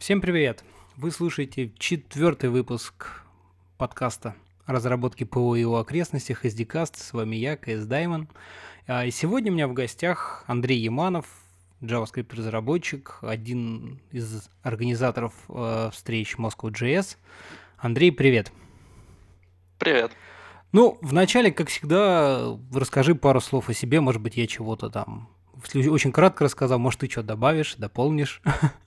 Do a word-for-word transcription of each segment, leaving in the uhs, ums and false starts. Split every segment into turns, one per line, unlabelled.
Всем привет! Вы слушаете четвертый выпуск подкаста разработки ПО и его окрестностях SDCast. С вами я, си эс Diamond. А, И сегодня у меня в гостях Андрей Яманов, JavaScript-разработчик, один из организаторов э, встреч Moscow.js. Андрей, привет!
Привет.
Ну, вначале, как всегда, расскажи пару слов о себе. Может быть, я чего-то там если очень кратко рассказал, может, ты что-то добавишь, дополнишь.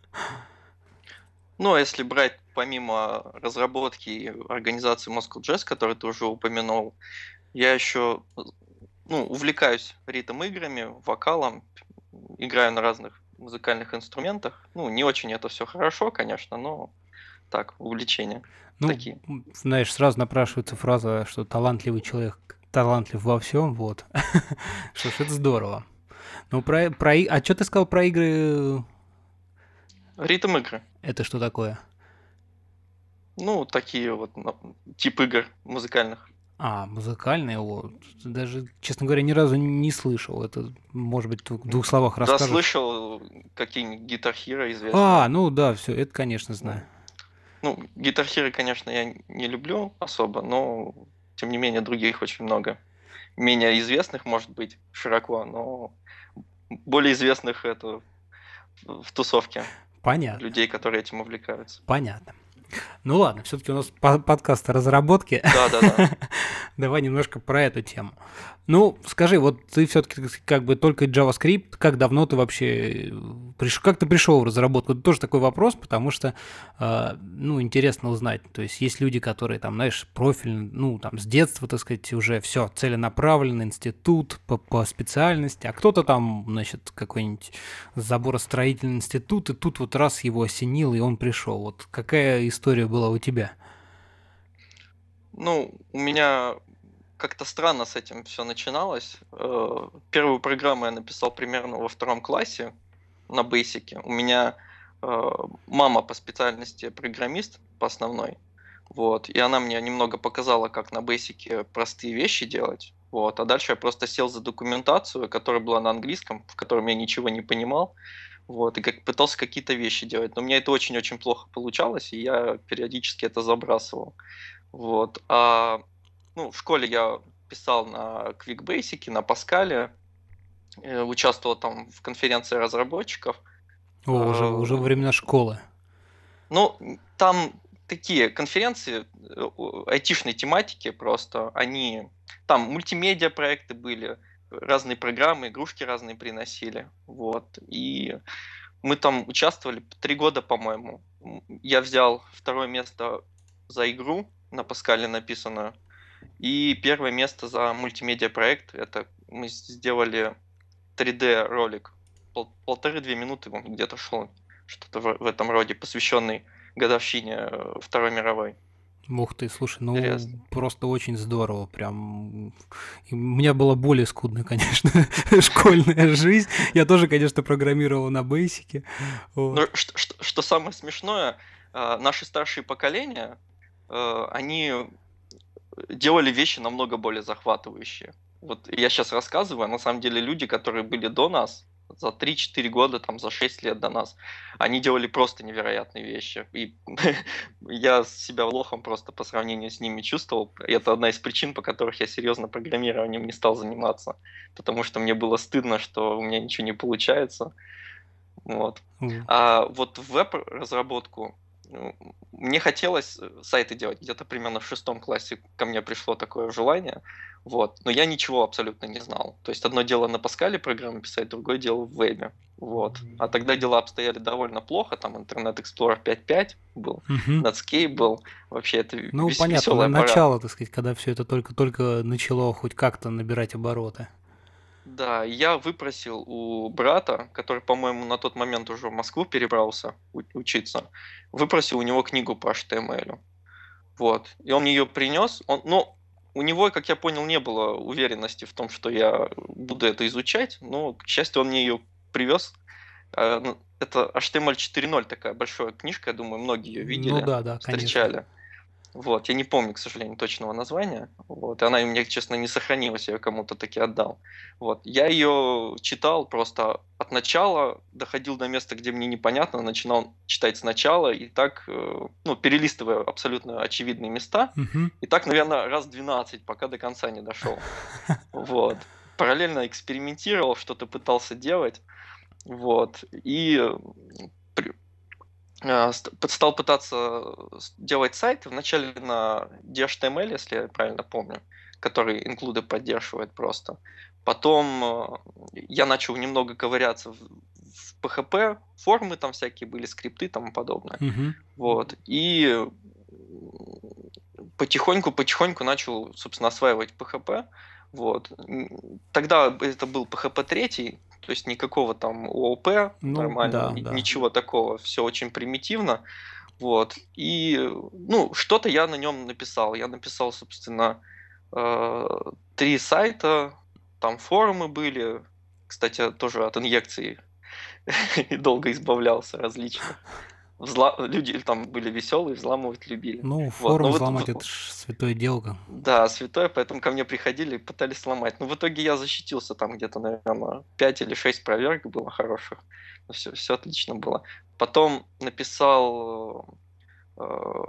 Ну, а если брать помимо разработки и организации Moscow.js, которую ты уже упомянул, я еще ну, увлекаюсь ритм-играми, вокалом, играю на разных музыкальных инструментах. Ну, не очень это все хорошо, конечно, но так, увлечения
Ну,
такие.
м, знаешь, сразу напрашивается фраза, что талантливый человек талантлив во всем, вот. Что ж, это здорово. Ну, про, про, и- а что ты сказал про игры?
Ритм-игры.
Это что такое?
Ну, такие вот ну, тип игр музыкальных.
А, музыкальные, вот. Даже, честно говоря, ни разу не слышал. Это, может быть, в двух словах
Да,
расскажешь?
слышал какие-нибудь Guitar Hero
А,
известные.
ну да, все, это, конечно, знаю.
Ну, Ну, Guitar Hero, конечно, я не люблю особо, но тем не менее других очень много. Менее известных, может быть, широко, но более известных это в в тусовке
Понятно,
людей, которые этим увлекаются.
понятно. Ну ладно, все-таки у нас по- подкаст о разработке.
Да-да-да.
Давай немножко про эту тему. Ну, скажи, вот ты все-таки как бы только JavaScript, как давно ты вообще пришел, как ты пришел в разработку? Это тоже такой вопрос, потому что, э, ну, интересно узнать. То есть есть люди, которые там, знаешь, профильно, ну, там с детства, так сказать, уже все целенаправленно, институт по, по специальности, а кто-то там, значит, какой-нибудь заборостроительный институт, и тут вот раз его осенил, и он пришел. Вот какая история была у тебя?
Ну, у меня как-то странно с этим все начиналось. Э, Первую программу я написал примерно во втором классе на бейсике. У меня э, мама по специальности программист по основной. Вот, и она мне немного показала, как на бейсике простые вещи делать. Вот, а дальше я просто сел за документацию, которая была на английском, в котором я ничего не понимал. Вот, и как пытался какие-то вещи делать. Но у меня это очень-очень плохо получалось, и я периодически это забрасывал. Вот. А, ну, в школе я писал на QuickBasic, на Паскале, э, участвовал там в конференции разработчиков.
О, уже,
Э,
уже во времена школы.
Ну, м, там такие конференции э, о- айтишной тематики просто, они, там мультимедиа проекты были, разные программы, игрушки разные приносили, вот, и мы там участвовали три года, по-моему. М, Я взял второе место за игру на Паскале написанную, и первое место за мультимедиа проект. Это мы сделали три дэ-ролик. Пол полторы-две минуты он где-то шел, что-то в в этом роде, посвященный годовщине, э, Второй мировой.
Ух ты, слушай, ну
Интересно.
просто очень здорово, прям. И у меня была более скудная, конечно, школьная жизнь. Я тоже, конечно, программировал на бейсике.
Но
Вот.
что что что самое смешное, а, наши старшие поколения, э, они делали вещи намного более захватывающие. Вот я сейчас рассказываю, а на самом деле люди, которые были до нас, за три-четыре года, там, за шесть лет до нас, они делали просто невероятные вещи. И я себя лохом просто по сравнению с ними чувствовал. И это одна из причин, по которых я серьезно программированием не стал заниматься. Потому что мне было стыдно, что у меня ничего не получается. Вот.
М.
А вот в веб-разработку, ну, мне хотелось, э, сайты делать. Где-то примерно в шестом классе ко мне пришло такое желание. Вот. Но я ничего абсолютно не знал. То есть одно дело на Паскале программы писать, другое дело в вебе. Вот. А тогда дела обстояли довольно плохо. Там Internet Explorer пять пять был,
Мгм.
Netscape был. Вообще это
Ну,
вес-
понятно, на
веселая пора.
начало, так сказать, когда все это только-только начало хоть как-то набирать обороты.
Да, я выпросил у брата, который, по-моему, на тот момент уже в Москву перебрался у- учиться, выпросил у него книгу по эйч ти эм эль. Вот. И он мне ее принес. Он, ну, у него, как я понял, не было уверенности в том, что я буду это изучать, но, к счастью, он мне ее привез. А, ну, Это эйч ти эм эль четыре ноль, такая большая книжка, я думаю, многие ее
Ну
видели,
да, да, конечно.
встречали. Вот, я не помню, к сожалению, точного названия. Вот, и она у меня, честно, не сохранилась, я ее кому-то таки отдал. Вот, я ее читал просто от начала, доходил до места, где мне непонятно, начинал читать сначала, и так, э, ну, перелистывая абсолютно очевидные места,
Мгм.
и так, наверное, раз двенадцать, пока до конца не дошел. Вот. Параллельно экспериментировал, что-то пытался делать. Вот. И э, при- а, ст- п- стал пытаться с- делать сайты вначале на ди эйч ти эм эл, если я правильно помню, который инклюды поддерживает просто. Потом э, я начал немного ковыряться в, в пи эйч пи, формы там всякие были, скрипты и тому подобное.
Мгм.
Вот. И м, потихоньку-потихоньку начал, собственно, осваивать пи эйч пи. Вот. М, Тогда это был пи эйч пи три, то есть никакого там о о пи
Ну
нормального,
да,
ни-
да.
ничего такого, все очень примитивно. Вот. И, ну, что-то я на нем написал. Я написал, собственно, э, три сайта, там форумы были, кстати, тоже от инъекций и долго избавлялся различных. Взла Люди там были веселые, взламывать любили.
Ну,
Вот, но
форум
вот
взломать —
в
это ж святое дело.
да, святой, поэтому ко мне приходили и пытались сломать. Но в итоге я защитился, там где-то, наверное, пять или шесть проверок было хороших. Все всё отлично было. Потом написал, э,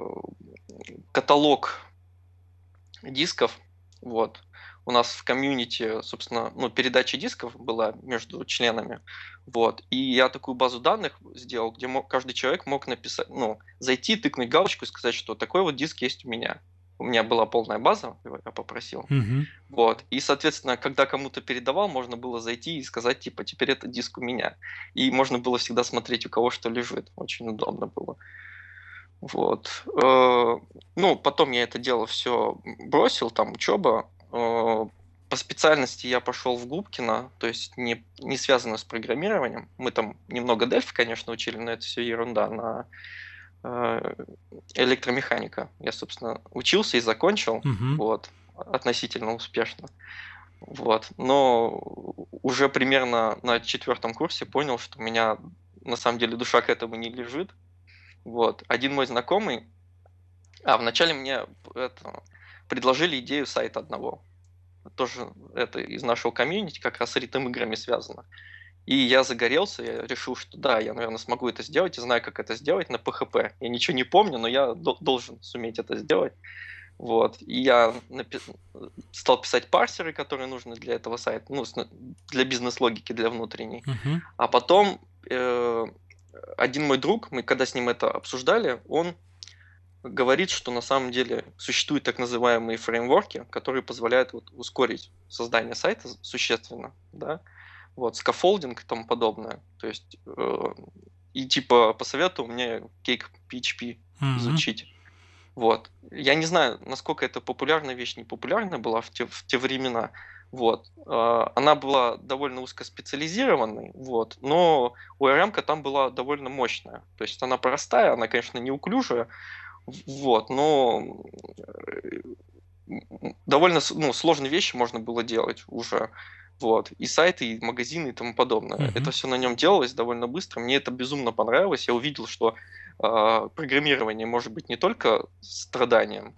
каталог дисков. Вот. У нас в комьюнити, собственно, ну, передача дисков была между членами. Вот. И я такую базу данных сделал, где мог, каждый человек мог написать, ну, зайти, тыкнуть галочку и сказать, что такой вот диск есть у меня. У меня была полная база, я попросил.
Мгм.
Вот. И, соответственно, когда кому-то передавал, можно было зайти и сказать, типа, теперь это диск у меня. И можно было всегда смотреть, у кого что лежит. Очень удобно было. Вот. Э, ну, потом я это дело все бросил, там учеба. Э, по специальности я пошел в Губкино, то есть не не связано с программированием. Мы там немного Delphi, конечно, учили, но это все ерунда. На, э, электромеханика. Я, собственно, учился и закончил,
Мгм.
вот, относительно успешно. Вот. Но уже примерно на четвертом курсе понял, что у меня на самом деле душа к этому не лежит. Вот. Один мой знакомый а, вначале мне это, предложили идею сайта одного. Тоже это из нашего комьюнити, как раз с ритм-играми связано. И я загорелся, я решил, что да, я, наверное, смогу это сделать, и знаю, как это сделать на пи эйч пи. Я ничего не помню, но я до- должен суметь это сделать. Вот. И я напи- стал писать парсеры, которые нужны для этого сайта, ну, с- для бизнес-логики, для внутренней.
Мгм.
А потом э, один мой друг, мы когда с ним это обсуждали, он говорит, что на самом деле существуют так называемые фреймворки, которые позволяют вот ускорить создание сайта с- существенно, да, вот, скаффолдинг и тому подобное. То есть, э, и типа посоветовал мне Cake пи эйч пи
Мгм.
изучить. Вот. Я не знаю, насколько это популярная вещь, не популярная была в те, в те времена. Вот. А, Она была довольно узкоспециализированной, вот, но о эр эм-ка там была довольно мощная. То есть она простая, она, конечно, неуклюжая, в вот, но, э, м, довольно с ну, сложные вещи можно было делать уже. Вот. И сайты, и магазины, и тому подобное.
Мгм.
Это все на нем делалось довольно быстро. Мне это безумно понравилось. Я увидел, что, а, программирование может быть не только страданием,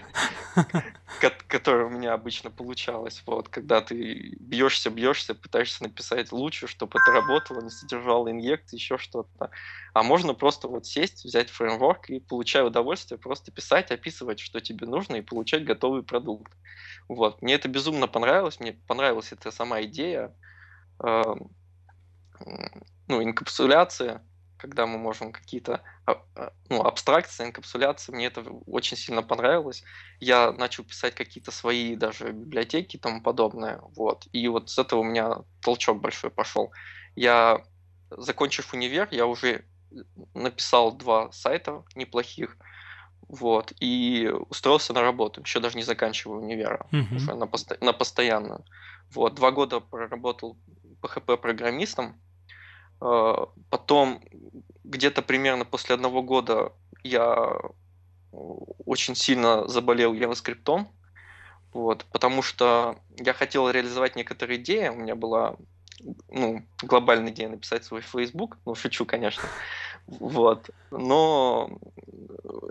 кот которое у меня обычно получалось. Вот, когда ты бьешься, бьешься, пытаешься написать лучше, чтобы это работало, не содержало инъекций, еще что-то. А можно просто вот сесть, взять фреймворк и, получая удовольствие, просто писать, описывать, что тебе нужно, и получать готовый продукт. Вот. Мне это безумно понравилось, мне понравилась эта сама идея, ам, м, ну, инкапсуляция, когда мы можем какие-то, а, а, ну, абстракции, инкапсуляции, мне это в очень сильно понравилось. Я начал писать какие-то свои даже библиотеки и тому подобное, вот. И вот с этого у меня толчок большой пошел. Я, закончив универ, я уже написал два сайта неплохих, вот, и устроился на работу, еще даже не заканчивая универа,
Мгм.
уже на посто на постоянную. Вот, два года проработал пи эйч пи-программистом. Э, потом где-то примерно после одного года я очень сильно заболел "Яваскриптом", вот, потому что я хотел реализовать некоторые идеи. У меня была, ну, глобальная идея написать свой Facebook. Ну, шучу, конечно. Вот. Но, э,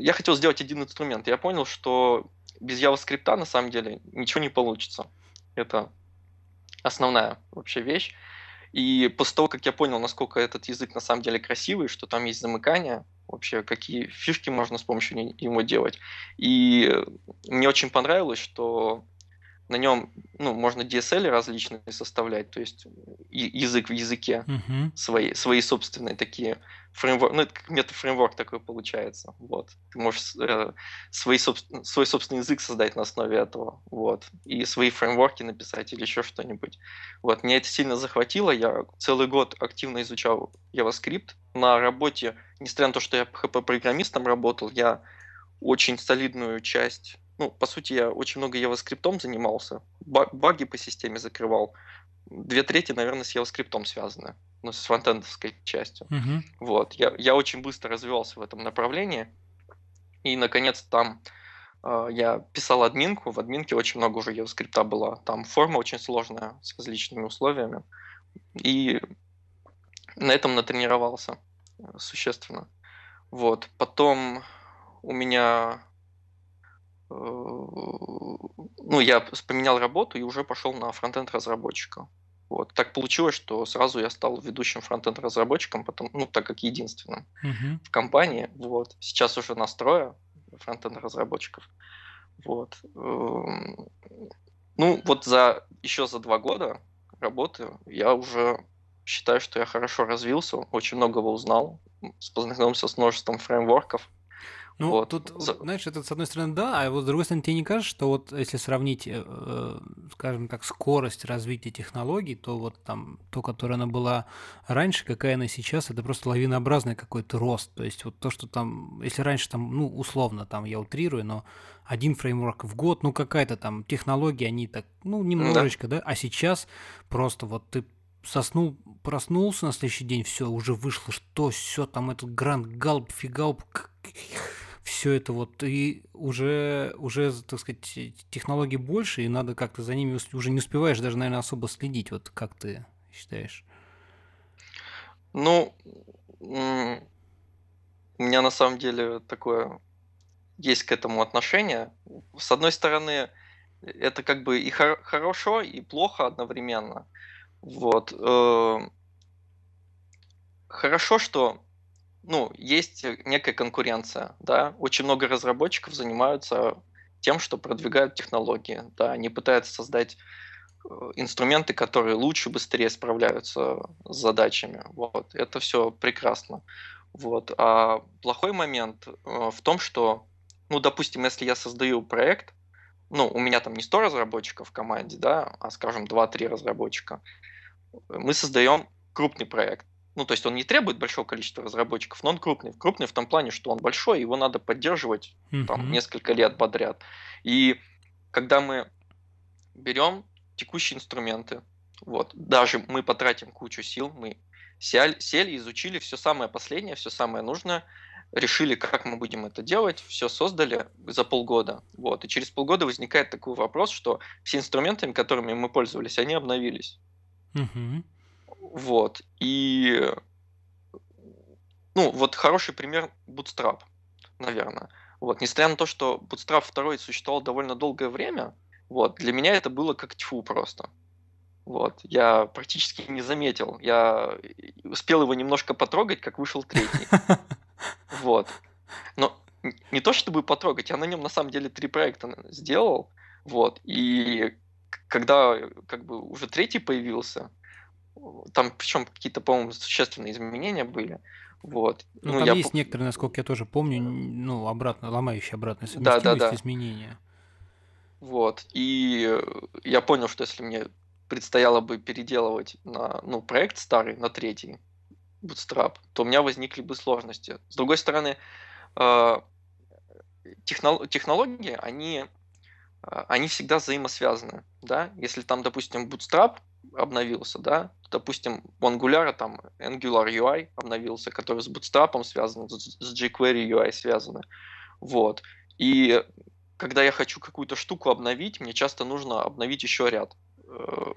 я хотел сделать один инструмент. Я понял, что без JavaScript на самом деле ничего не получится. Это основная вообще вещь. И после того, как я понял, насколько этот язык на самом деле красивый, что там есть замыкание, вообще какие фишки можно с помощью не- него делать. И мне очень понравилось, что на нем, ну, можно ди эс эл различные составлять, то есть и- язык в языке,
Мгм.
свои, свои собственные такие фреймворк, ну, это как мета-фреймворк такой получается, вот. Ты можешь э, свои собствен- свой собственный язык создать на основе этого, вот, и свои фреймворки написать или еще что-нибудь. Вот, меня это сильно захватило, я целый год активно изучал JavaScript. На работе, несмотря на то, что я пи эйч пи-программистом работал, я очень солидную часть, ну, по сути, я очень много JavaScript занимался, ба- баги по системе закрывал. Две трети, наверное, с JavaScript связаны, ну, с фронтендовской частью.
Мгм.
Вот. Я, я очень быстро развивался в этом направлении. И, наконец, там э, я писал админку. В админке очень много уже JavaScript было. Там форма очень сложная, с различными условиями. И на этом натренировался э, существенно. Вот. Потом у меня Э, ну, я п поменял работу и уже пошел на фронтенд-разработчика. Вот. Так получилось, что сразу я стал ведущим фронтенд-разработчиком, потом, ну, так как единственным
Мгм.
в компании. Вот. Сейчас уже нас трое фронтенд-разработчиков. Вот. Эм, ну, вот за еще за два года работы я уже считаю, что я хорошо развился, очень многого узнал, м, с познакомился с множеством фреймворков.
Ну,
Вот.
тут, вот,
За
знаешь, это с одной стороны да, а вот с другой стороны, тебе не кажется, что вот если сравнить, э, э, скажем так, скорость развития технологий, то вот там то, которая она была раньше, какая она сейчас, это просто лавинообразный какой-то рост. То есть вот то, что там, если раньше там, ну, условно, там я утрирую, но один фреймворк в год, ну, какая-то там технология, они так, ну,
да.
немножечко, да, а сейчас просто вот ты соснул, проснулся на следующий день, все, уже вышло, что все там, этот гранд галп, фигалп, все это вот, и уже, уже, так сказать, технологий больше, и надо как-то за ними ус- уже не успеваешь даже, наверное, особо следить. Вот как ты считаешь?
Ну, м, у меня на самом деле такое есть к этому отношение. С одной стороны, это как бы и хор- хорошо, и плохо одновременно. Вот. э, Хорошо, что ну, есть э, некая конкуренция, да. Очень много разработчиков занимаются тем, что продвигают технологии, да. Они пытаются создать э, инструменты, которые лучше, быстрее справляются с задачами. Вот. Это все прекрасно. Вот. А плохой момент э, в том, что, ну, допустим, если я создаю проект, ну, у меня там не сто разработчиков в команде, да, а, скажем, два-три разработчика, мы создаем крупный проект. Ну, то есть он не требует большого количества разработчиков, но он крупный. Крупный в том плане, что он большой, его надо поддерживать там
Угу.
несколько лет подряд. И когда мы берем текущие инструменты, вот, даже мы потратим кучу сил, мы сяли, сели, изучили все самое последнее, все самое нужное, решили, как мы будем это делать, все создали за полгода. Вот, и через полгода возникает такой вопрос, что все инструменты, которыми мы пользовались, они обновились.
Угу.
Вот. И, ну, вот хороший пример Bootstrap, наверное. Вот. Несмотря на то, что Bootstrap два существовал довольно долгое время, вот, для меня это было как тьфу просто. Вот. Я практически не заметил. Я и успел его немножко потрогать, как вышел третий. Вот. Но н не то чтобы потрогать, я на нем на самом деле три проекта н сделал. Вот. И к когда, э, как бы уже третий появился, о, там причем какие-то, по-моему, существенные изменения были. Вот.
Ну,
Ну,
там
я по
есть некоторые, насколько я тоже помню, н- ну, обратно, ломающие обратную совместимость
Да-да-да.
изменения.
Вот. И, э, я понял, что если мне предстояло бы переделывать на, ну, проект старый на третий Bootstrap, то у меня возникли бы сложности. С другой стороны, а, технол технологии, они а, они всегда взаимосвязаны, да. Если там, допустим, Bootstrap обновился, да, то, допустим, у Angular там Angular ю ай обновился, который с Bootstrap связан, с с jQuery ю ай связаны. Вот. И когда я хочу какую-то штуку обновить, мне часто нужно обновить еще ряд э,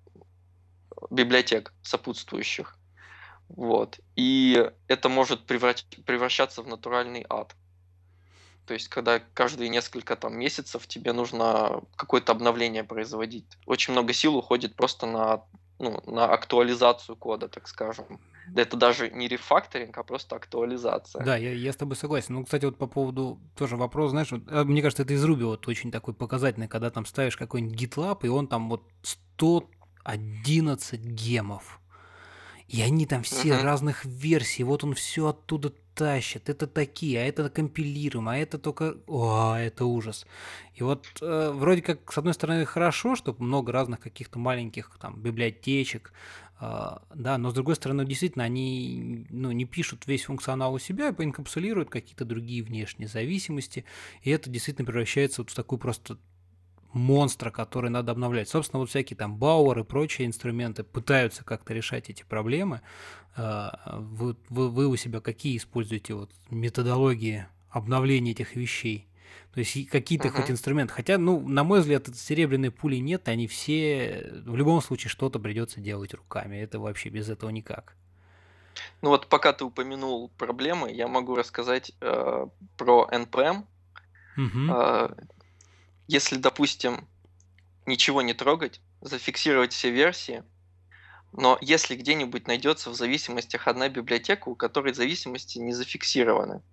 библиотек сопутствующих. Вот. И это может превращ- превращаться в натуральный ад. То есть, когда каждые несколько там месяцев тебе нужно какое-то обновление производить. Очень много сил уходит просто на, ну, на актуализацию кода, так скажем. Да это даже не рефакторинг, а просто актуализация.
Да, я, я с тобой согласен. Ну, кстати, вот по поводу тоже вопрос, знаешь, вот, а, мне кажется, это из Ruby вот очень такой показательный, когда там ставишь какой-нибудь GitLab, и он там вот сто одиннадцать гемов. И они там все
Мгм.
разных версий, вот он все оттуда тащит. Это такие, а это компилируем, а это только... О, это ужас. И вот э, вроде как, с одной стороны, хорошо, что много разных каких-то маленьких там библиотечек, а, да, но с другой стороны, действительно, они ну, не пишут весь функционал у себя, а инкапсулируют какие-то другие внешние зависимости, и это действительно превращается вот в такую просто монстра, который надо обновлять. Собственно, вот всякие там Бауэр и прочие инструменты пытаются как-то решать эти проблемы. А, Вы, вы, вы у себя какие используете вот методологии обновления этих вещей? То есть и какие-то хоть
Мгм.
инструменты. Хотя, ну, на мой взгляд, это серебряной пули нет, они все, в любом случае, что-то придется делать руками. Это вообще без этого никак.
Ну вот пока ты упомянул проблемы, я могу рассказать э, про эн пи эм.
Угу,
Э, Если, допустим, ничего не трогать, зафиксировать все версии, но если где-нибудь найдется в зависимостях одна библиотека, у которой зависимости не зафиксированы,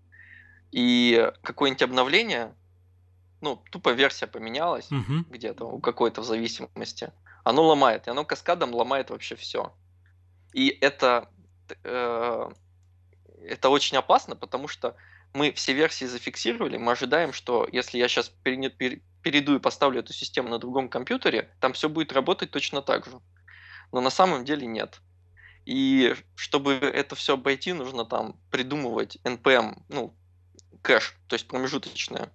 и какое-нибудь обновление, ну, тупо версия поменялась
угу,
где-то у какой-то в зависимости, оно ломает, и оно каскадом ломает вообще все. И это, э, это очень опасно, потому что мы все версии зафиксировали, мы ожидаем, что если я сейчас перейду и поставлю эту систему на другом компьютере, там все будет работать точно так же. Но на самом деле нет. И чтобы это все обойти, нужно там придумывать эн пи эм, ну, кэш, то есть промежуточное.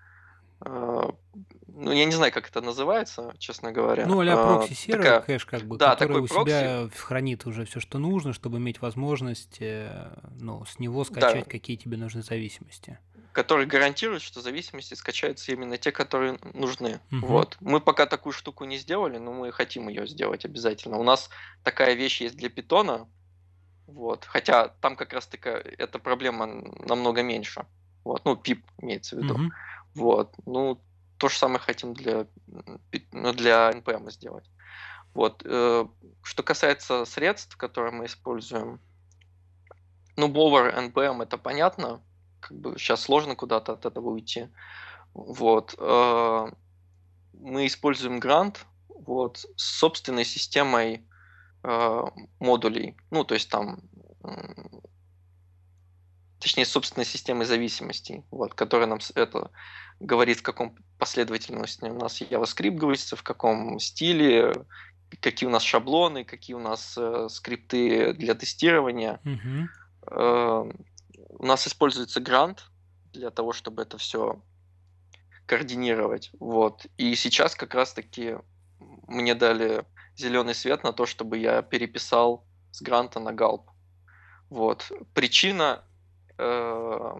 Э, ну, я не знаю, как это называется, честно говоря.
ну, а-ля
Э,
прокси-сервер,
такая,
кэш, как бы,
да,
который
такой
у
прокси,
себя хранит уже все, что нужно, чтобы иметь возможность, э, ну, с него
да,
скачать, какие тебе нужны зависимости.
который гарантирует, что зависимости скачаются именно те, которые нужны.
Угу,
Вот. Мы пока такую штуку не сделали, но мы хотим ее сделать обязательно. У нас такая вещь есть для питона, вот. Хотя там как раз таки эта проблема намного меньше. Вот. Ну, пип имеется в виду.
угу,
Вот. Ну, то же самое хотим для, м, пи- ну, для эн пи эм сделать. Вот. э, Что касается средств, которые мы используем, ну, Bower, эн пи эм это понятно, как бы сейчас сложно куда-то от этого уйти. Вот. э, Мы используем грант вот, с собственной системой э, модулей. Ну, то есть там, м, точнее, с собственной системой зависимостей, вот, которая нам с- это говорит, в каком последовательности у нас JavaScript грузится, в каком стиле, какие у нас шаблоны, какие у нас э, скрипты для тестирования.
угу.
Э, у нас используется грант для того, чтобы это все координировать. Вот. И сейчас как раз-таки мне дали зеленый свет на то, чтобы я переписал с гранта на галп. Вот. Причина, э,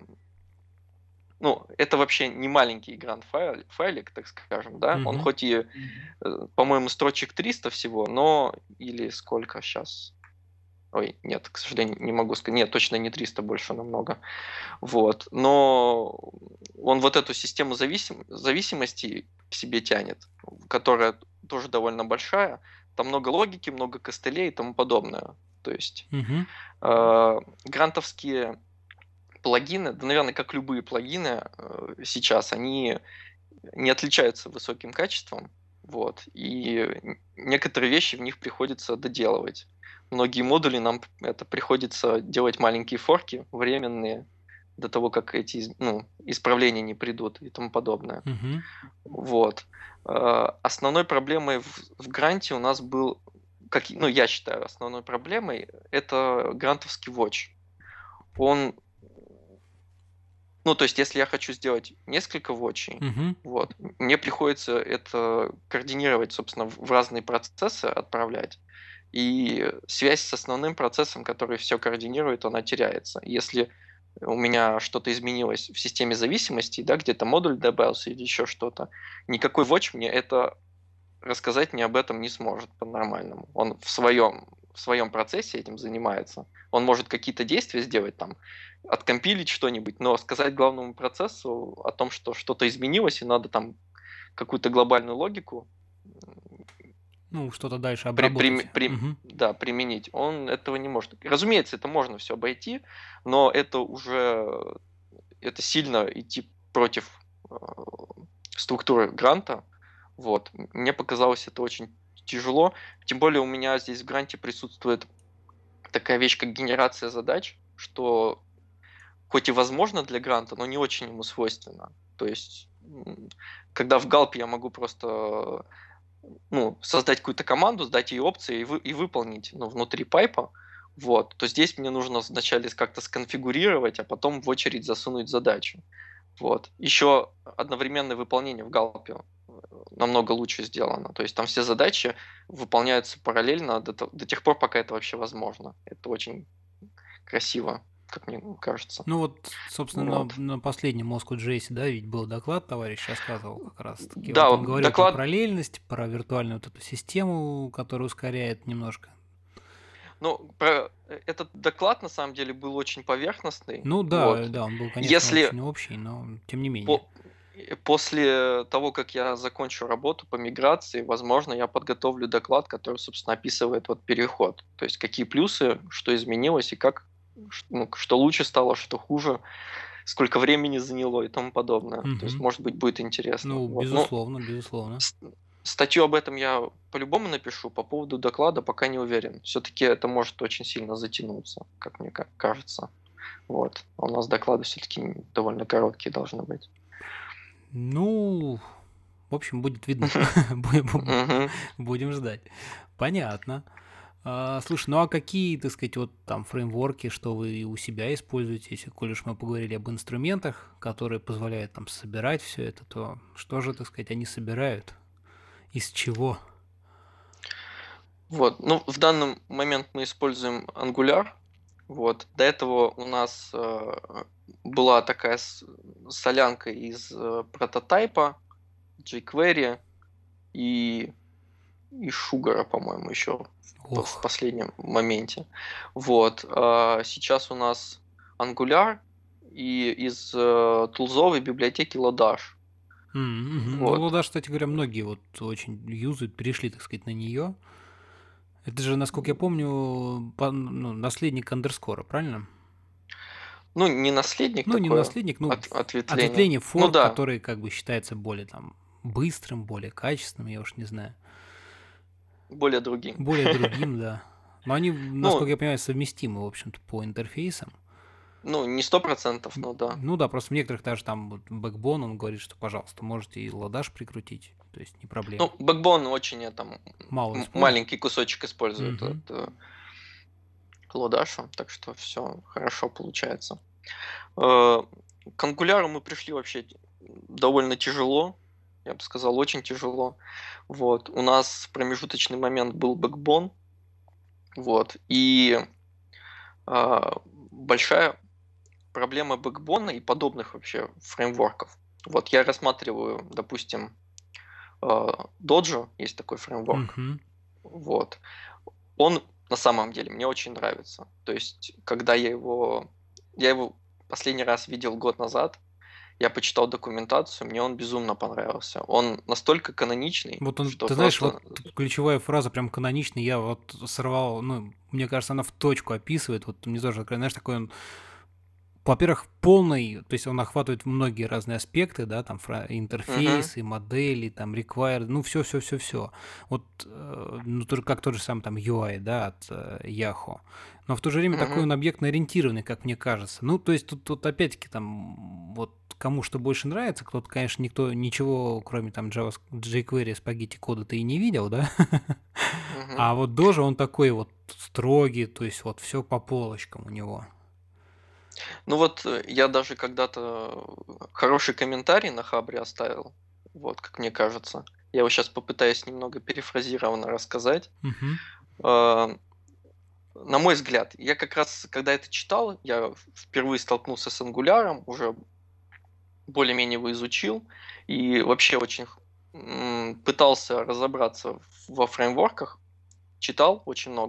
ну, это вообще не маленький грант файл, файлик, так скажем, да. Он
Угу.
хоть и, э, по-моему, строчек триста всего, но или сколько сейчас? Ой, нет, к сожалению, не могу сказать. Нет, точно не триста, больше намного. Вот. Но он вот эту систему зависим зависимостей к себе тянет, которая тоже довольно большая. Там много логики, много костылей и тому подобное. То есть
Угу.
э, грантовские плагины, да, наверное, как любые плагины э, сейчас, они не отличаются высоким качеством. Вот, и н- некоторые вещи в них приходится доделывать. Многие модули нам это приходится делать маленькие форки временные до того, как эти из- ну, исправления не придут и тому подобное.
Угу.
Вот. Э, Основной проблемой в, в гранте у нас был, как, и- ну, я считаю, основной проблемой это грантовский watch. Он, ну, то есть, если я хочу сделать несколько вотчей,
Угу.
вот, мне приходится это координировать, собственно, в в разные процессы отправлять. И связь с основным процессом, который все координирует, она теряется. Если у меня что-то изменилось в системе зависимостей, да, где-то модуль добавился или еще что-то, никакой watch мне это рассказать мне об этом не сможет по-нормальному. Он в своем, в своем процессе этим занимается. Он может какие-то действия сделать, там, откомпилить что-нибудь, но сказать главному процессу о том, что что-то изменилось, и надо там какую-то глобальную логику
Ну, что-то дальше
при- прим-
обработать.
прим-
Мгм.
да, применить, он этого не может. Разумеется, это можно все обойти, но это уже это сильно идти против э, структуры гранта. Вот. Мне показалось это очень тяжело. Тем более у меня здесь в гранте присутствует такая вещь, как генерация задач, что хоть и возможно для гранта, но не очень ему свойственно. То есть, м, когда в галпе я могу просто ну, создать какую-то команду, сдать ей опции и, вы, и выполнить ну, внутри пайпа, вот, то здесь мне нужно вначале как-то сконфигурировать, а потом в очередь засунуть задачу. Вот. Еще одновременное выполнение в галпе э, намного лучше сделано. То есть там все задачи выполняются параллельно до, то- до тех пор, пока это вообще возможно. Это очень красиво, как мне кажется.
Ну вот, собственно,
Вот.
на, на последнем Moscow.js, да, ведь был доклад, товарищ рассказывал как раз-таки. Вот
Да,
он говорил про
доклад.
параллельность, про виртуальную вот эту систему, которая ускоряет немножко.
Ну, про э, этот доклад на самом деле был очень поверхностный.
Ну да,
Вот.
да, он был, конечно,
Если
очень общий, но тем не менее.
по- э, после того, как я закончу работу по миграции, возможно, я подготовлю доклад, который, собственно, описывает вот переход. То есть какие плюсы, что изменилось и как, ш- ну, что лучше стало, что хуже, сколько времени заняло и тому подобное. То есть,
Мгм.
может быть, будет интересно.
Ну,
Вот. Ну,
безусловно, безусловно.
с- статью об этом я по-любому напишу. По поводу доклада пока не уверен. Все-таки это может очень сильно затянуться, как мне ка- кажется. Вот. А у нас доклады все-таки довольно короткие должны быть.
Ну, в общем, будет видно. Будем
Мгм.
будем ждать. Понятно. А, слушай, ну а какие, так сказать, вот там фреймворки, что вы у себя используете, если, коль уж мы поговорили об инструментах, которые позволяют там собирать все это, то что же, так сказать, они собирают? Из чего?
Вот. Ну, в данный момент мы используем Angular. Вот. До этого у нас э, была такая с- солянка из э, прототайпа, jQuery и, и Sugar, по-моему, еще в, в
Ох.
последнем моменте. Вот. А сейчас у нас Angular и из э, тулзовой библиотеки Lodash.
М, мгм. Ну,
Вот.
Lodash, кстати говоря, многие вот очень юзают, перешли, так сказать, на нее. Это же, насколько я помню, по- ну, наследник андерскора, правильно?
Ну, не наследник
Ну, не
такое,
наследник, ну,
от- ответвление.
ответвление
Ну
форк,
да,
который как бы считается более там быстрым, более качественным, я уж не знаю.
более другим.
Более другим, да. Но они, насколько
Ну,
я понимаю, совместимы, в общем-то, по интерфейсам.
ну, не сто процентов,
Н-
но да.
Ну да, просто в некоторых даже там вот Backbone, он говорит, что, пожалуйста, можете и ладаш прикрутить, то есть не
Ну,
проблема.
Backbone очень э, там
Мало
м-
используют.
маленький кусочек использует от
Мгм.
э, Lodash, так что все хорошо получается. Э, К Angular мы пришли вообще довольно тяжело, я бы сказал, очень тяжело. Вот. У нас промежуточный момент был Backbone, вот, и а, большая проблема бэкбона и подобных вообще фреймворков. Вот я рассматриваю, допустим, а, Dojo, есть такой фреймворк.
Мгм.
Вот. Он на самом деле мне очень нравится. То есть, когда я его... Я его последний раз видел год назад, я почитал документацию, мне он безумно понравился. Он настолько каноничный,
Вот он,
что
ты знаешь, вот
просто...
тут ключевая фраза прям каноничный, я вот сорвал, ну, мне кажется, она в точку описывает, вот мне тоже, знаешь, такой он, во-первых, полный, то есть он охватывает многие разные аспекты, да, там фра-
Мгм,
интерфейсы, модели, там required, ну все, все, все, все. Вот, э, ну тоже как тот же самый там ю ай, да, от э, Yahoo. Но в то же время такой
мгм.
он объектно-ориентированный, как мне кажется. Ну, то есть тут, тут опять-таки там вот кому что больше нравится, кто-то, конечно, никто ничего, кроме там Java, jQuery, спагетти кода-то и не видел, да.
Мгм.
А вот Dojo, он такой вот строгий, то есть вот все по полочкам у него.
Ну вот э, я даже когда-то э, хороший комментарий на Хабре оставил, вот как мне кажется. Я его сейчас попытаюсь немного перефразированно рассказать.
Мгм.
А, На мой взгляд, я как раз, когда это читал, я впервые столкнулся с ангуляром, уже более-менее его изучил и вообще очень х- м, пытался разобраться в- во фреймворках, читал очень много,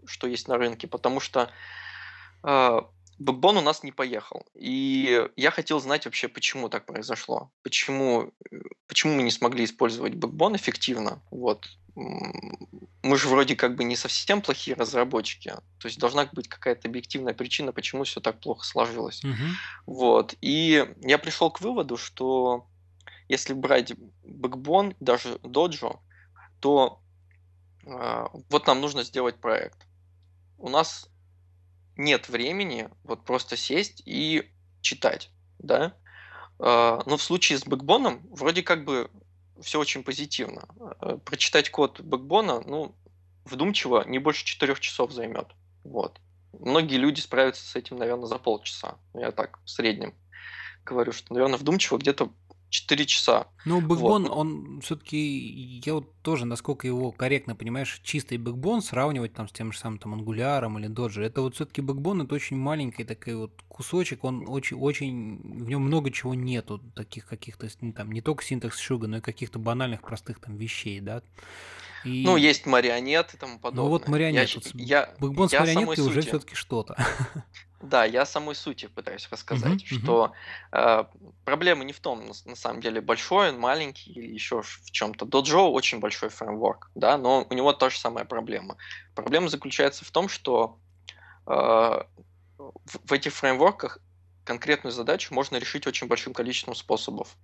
что есть на рынке, потому что э, Backbone у нас не поехал. И я хотел знать вообще, почему так произошло. Почему, э, почему мы не смогли использовать Backbone эффективно. Вот. М, Мы же вроде как бы не совсем плохие разработчики. То есть должна быть какая-то объективная причина, почему все так плохо сложилось.
Мгм.
Вот. И я пришел к выводу, что если брать Backbone, даже Dojo, то а, вот нам нужно сделать проект. У нас нет времени вот просто сесть и читать, да. А, но в случае с бэкбоном вроде как бы все очень позитивно. Э, прочитать код бэкбона, ну, вдумчиво, не больше четырех часов займет. Вот. Многие люди справятся с этим, наверное, за полчаса. Я так в среднем говорю, что, наверное, вдумчиво где-то четыре часа.
Ну,
Вот.
бэкбон,
Ну,
он все-таки, я вот тоже, насколько его корректно, понимаешь, чистый бэкбон сравнивать там с тем же самым там ангуляром или доджи, это вот все-таки бэкбон, это очень маленький такой вот кусочек, он очень, очень, в нем много чего нету, таких каких-то, с- ну, там, не только синтакс шуга, но и каких-то банальных простых там вещей, да,
ну,
и,
есть марионет и тому
ну вот
подобное. Я,
марионет,
щ-
вот с-
я,
бэкбон с
я самой
марионеткой уже
сути
все-таки что-то.
Да, я самой сути пытаюсь
Мгм,
рассказать,
мгм.
что э, проблема не в том, на, с- на самом деле, большой он, маленький или еще в чем-то. Dojo очень большой фреймворк, да, но у него та же самая проблема. Проблема заключается в том, что э, в, в этих фреймворках конкретную задачу можно решить очень большим количеством способов.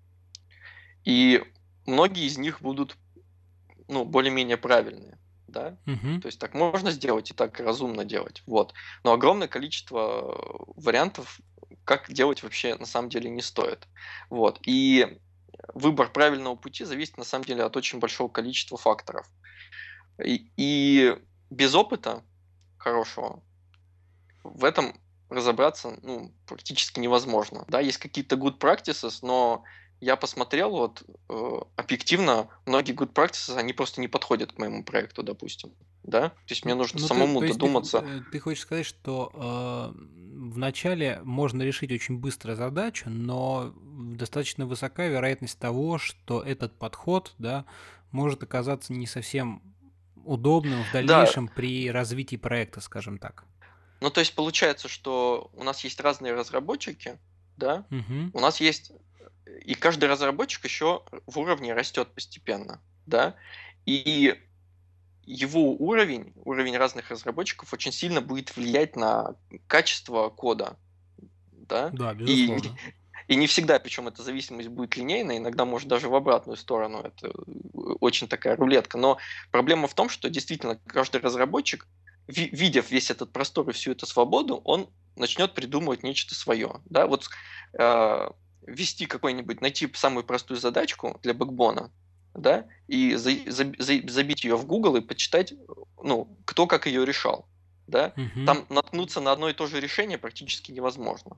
И многие из них будут ну, более-менее правильные, да.
Мгм.
То есть так можно сделать и так разумно делать, вот. Но огромное количество э, вариантов, как делать вообще на самом деле не стоит. Вот. И выбор правильного пути зависит на самом деле от очень большого количества факторов. И, и без опыта хорошего в этом разобраться, ну, практически невозможно. Да, есть какие-то good practices, но я посмотрел, вот э, объективно, многие good practices, они просто не подходят к моему проекту, допустим. Да? То есть мне
Н-
нужно
Ну, ты,
самому
то есть ты, х-
додуматься.
э, ты хочешь сказать, что э, вначале можно решить очень быстро задачу, но достаточно высока вероятность того, что этот подход, да, может оказаться не совсем удобным в
Да,
дальнейшем при развитии проекта, скажем так.
ну то есть получается, что у нас есть разные разработчики, да,
Мгм.
у нас есть, и каждый разработчик еще в уровне растет постепенно, да, и его уровень, уровень разных разработчиков очень сильно будет влиять на качество кода, да,
Да,
и,
безусловно.
и не всегда, причем эта зависимость будет линейной, иногда может даже в обратную сторону, это э, очень такая рулетка, но проблема в том, что действительно каждый разработчик, ви- видя весь этот простор и всю эту свободу, он начнет придумывать нечто свое, да, вот э, ввести какой-нибудь, найти самую простую задачку для бэкбона, да, и за- за- за- забить ее в Google и почитать, ну, кто как ее решал, да,
Мгм.
там наткнуться на одно и то же решение практически невозможно.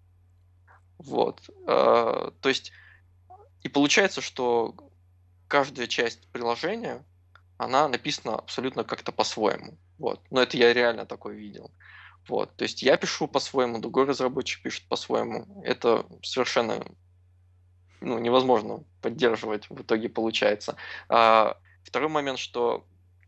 Вот. Э, То есть, и получается, что каждая часть приложения, она написана абсолютно как-то по-своему. Вот. Но это я реально такое видел. Вот. То есть я пишу по-своему, другой разработчик пишет по-своему. Это совершенно ну, невозможно поддерживать в итоге получается. А, второй момент, что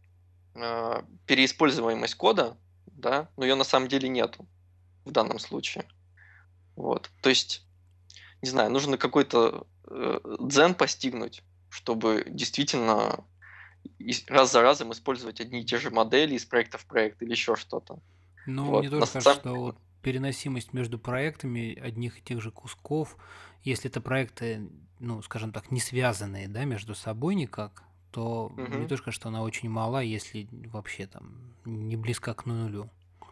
а, переиспользуемость кода, да, но ее на самом деле нету в данном случае. Вот. То есть не знаю, нужно какой-то э, дзен постигнуть, чтобы действительно ис- раз за разом использовать одни и те же модели из проекта в проект или еще что-то.
Но мне
Вот. На
тоже кажется,
сам-
что вот переносимость между проектами одних и тех же кусков, если это проекты, ну, скажем так, не связанные, да, между собой никак, то мне
Мгм.
тоже кажется, что она очень мала, если вообще там не близка к нулю.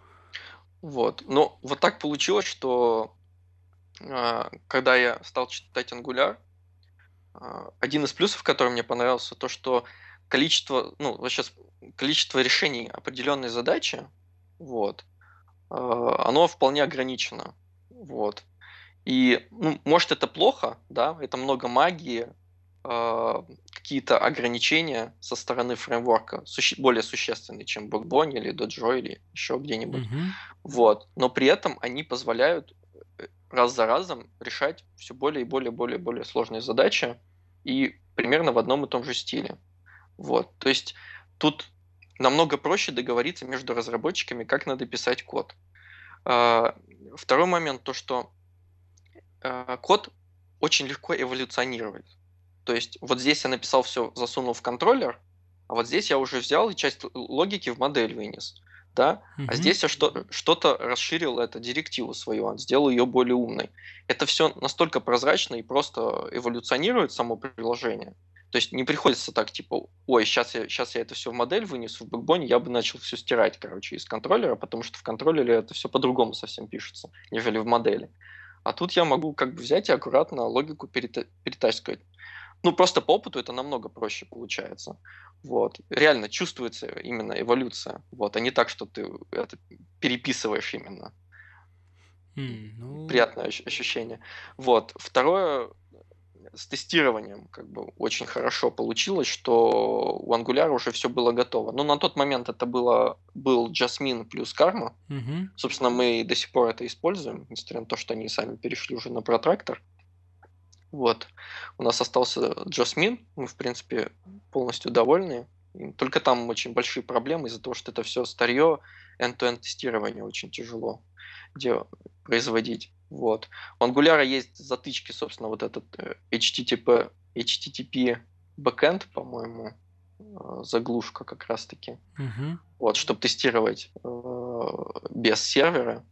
Вот. Но вот так получилось, что а, когда я стал читать Angular, а, один из плюсов, который мне понравился, то, что количество, ну, вот сейчас количество решений определенной задачи, вот, а, оно вполне ограничено. Вот. И, ну, может, это плохо, да, это много магии, а, какие-то ограничения со стороны фреймворка, суще- более существенные, чем в Backbone или Dojo или еще где-нибудь.
Мгм.
Вот. Но при этом они позволяют э, раз за разом решать все более и более, более, более сложные задачи и примерно в одном и том же стиле. Вот. То есть тут намного проще договориться между разработчиками, как надо писать код. А, Второй момент, то что а, код очень легко эволюционирует. То есть вот здесь я написал все, засунул в контроллер, а вот здесь я уже взял и часть л- логики в модель вынес. Да? А
Мгм.
здесь я что, что-то расширил, это директиву свою, а сделал ее более умной. Это все настолько прозрачно и просто эволюционирует само приложение. То есть не приходится так, типа, ой, сейчас я, сейчас я это все в модель вынесу, в бэкбоне я бы начал все стирать, короче, из контроллера, потому что в контроллере это все по-другому совсем пишется, нежели в модели. А тут я могу как бы взять и аккуратно логику перета- перетаскивать. Ну, просто по опыту это намного проще получается. Вот. Реально чувствуется именно эволюция. Вот, а не так, что ты это переписываешь именно.
М, Ну,
Приятное ощ- ощущение. Вот. Второе, с тестированием как бы очень хорошо получилось, что у Angular уже все было готово. Но на тот момент это было, был Jasmine плюс Karma.
мгм.
Собственно, мы и до сих пор это используем, несмотря на то, что они сами перешли уже на Protractor. Вот. У нас остался Jasmine. Мы, в принципе, полностью довольны. И только там очень большие проблемы из-за того, что это все старье, end-to-end тестирование очень тяжело де- производить. Вот. У Angular есть затычки, собственно, вот этот э, эйч ти ти пи, эйч ти ти пи backend, по-моему, э, заглушка как раз-таки.
Мгм.
Вот, чтобы тестировать э, без сервера.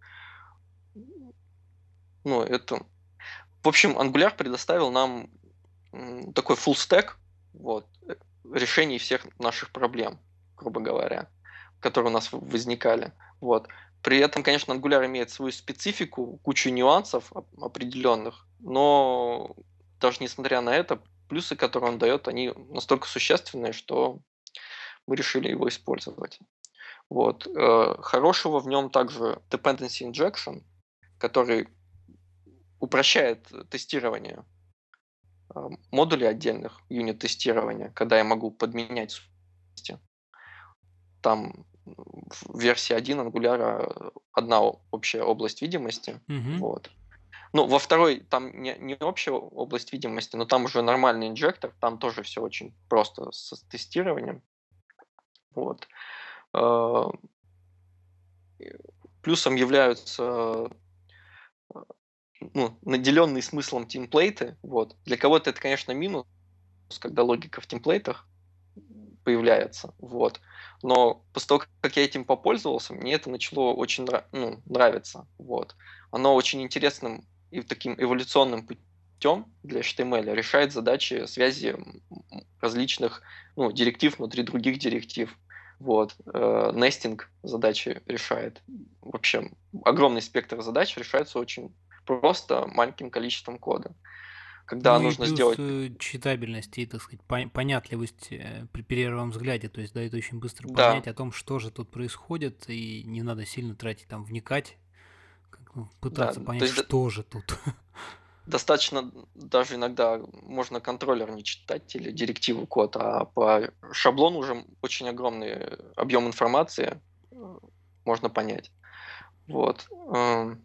Ну, это В общем, Angular предоставил нам м, такой full stack вот, э, решений всех наших проблем, грубо говоря, которые у нас в- возникали. Вот. При этом, конечно, Angular имеет свою специфику, кучу нюансов оп- определенных, но даже несмотря на это, плюсы, которые он дает, они настолько существенные, что мы решили его использовать. Вот. Э, Хорошего в нем также dependency injection, который упрощает э, тестирование а, модулей отдельных юнит-тестирования, когда я могу подменять сущности. Там в версии один Angular одна о- общая область видимости.
Мгм.
Вот. Ну, во второй там не, не общая область видимости, но там уже нормальный инжектор, там тоже все очень просто с тестированием. Вот. А, Плюсом являются ну, наделенные смыслом темплейты. Вот. Для кого-то это, конечно, минус, когда логика в темплейтах появляется. Вот. Но после того, как я этим попользовался, мне это начало очень нра- ну, нравиться. Вот. Оно очень интересным и таким эволюционным путем для эйч ти эм эль решает задачи связи м, м, различных ну, директив внутри других директив. Вот. Э, Нестинг задачи решает. В общем, огромный спектр задач решается очень просто маленьким количеством кода. Когда
Ну и
нужно
плюс
сделать...
э, читабельность и, так сказать, пон- понятливость э, при первом взгляде, то есть дает очень быстро понять
Да,
о том, что же тут происходит, и не надо сильно тратить там, вникать, как, ну,
да.
пытаться
То
понять,
есть
что же тут.
достаточно даже иногда можно контроллер не читать или директиву код, а по шаблону уже очень огромный объем информации э, можно понять. Вот. Эм,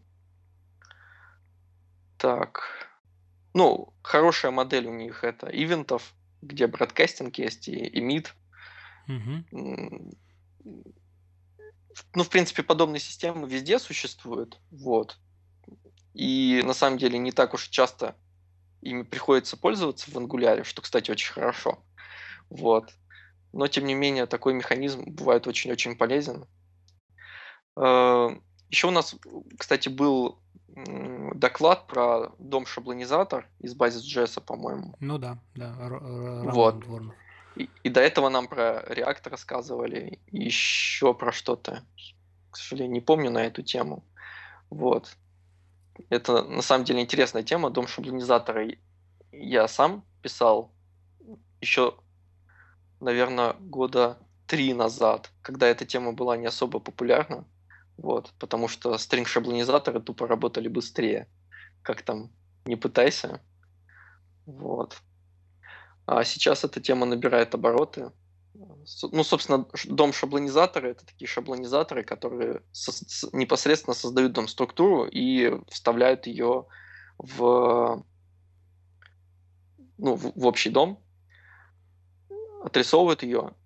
Так. Ну, хорошая модель у них это ивентов, где бродкастинг есть и emit.
Мгм.
М, Ну, в принципе, подобные системы везде существуют. Вот. И на самом деле не так уж часто ими приходится пользоваться в Angular, что, кстати, очень хорошо. Вот. Но, тем не менее, такой механизм бывает очень-очень полезен. Еще у нас, кстати, был м, доклад про дом-шаблонизатор из Basis.js, по-моему.
Ну да, да, Ро- Ро- Роман
Вот.
Дворнов.
И, и до этого нам про React рассказывали, и еще про что-то. К сожалению, не помню на эту тему. Вот. Это на самом деле интересная тема. Дом шаблонизатора я сам писал еще, наверное, года три назад, когда эта тема была не особо популярна. Вот, потому что стринг-шаблонизаторы тупо работали быстрее. Как там, не пытайся. Вот. А сейчас эта тема набирает обороты. С- Ну, собственно, ш- дом-шаблонизаторы — это такие шаблонизаторы, которые сос- с- непосредственно создают дом-структуру и вставляют ее в, ну, в, в общий дом, отрисовывают ее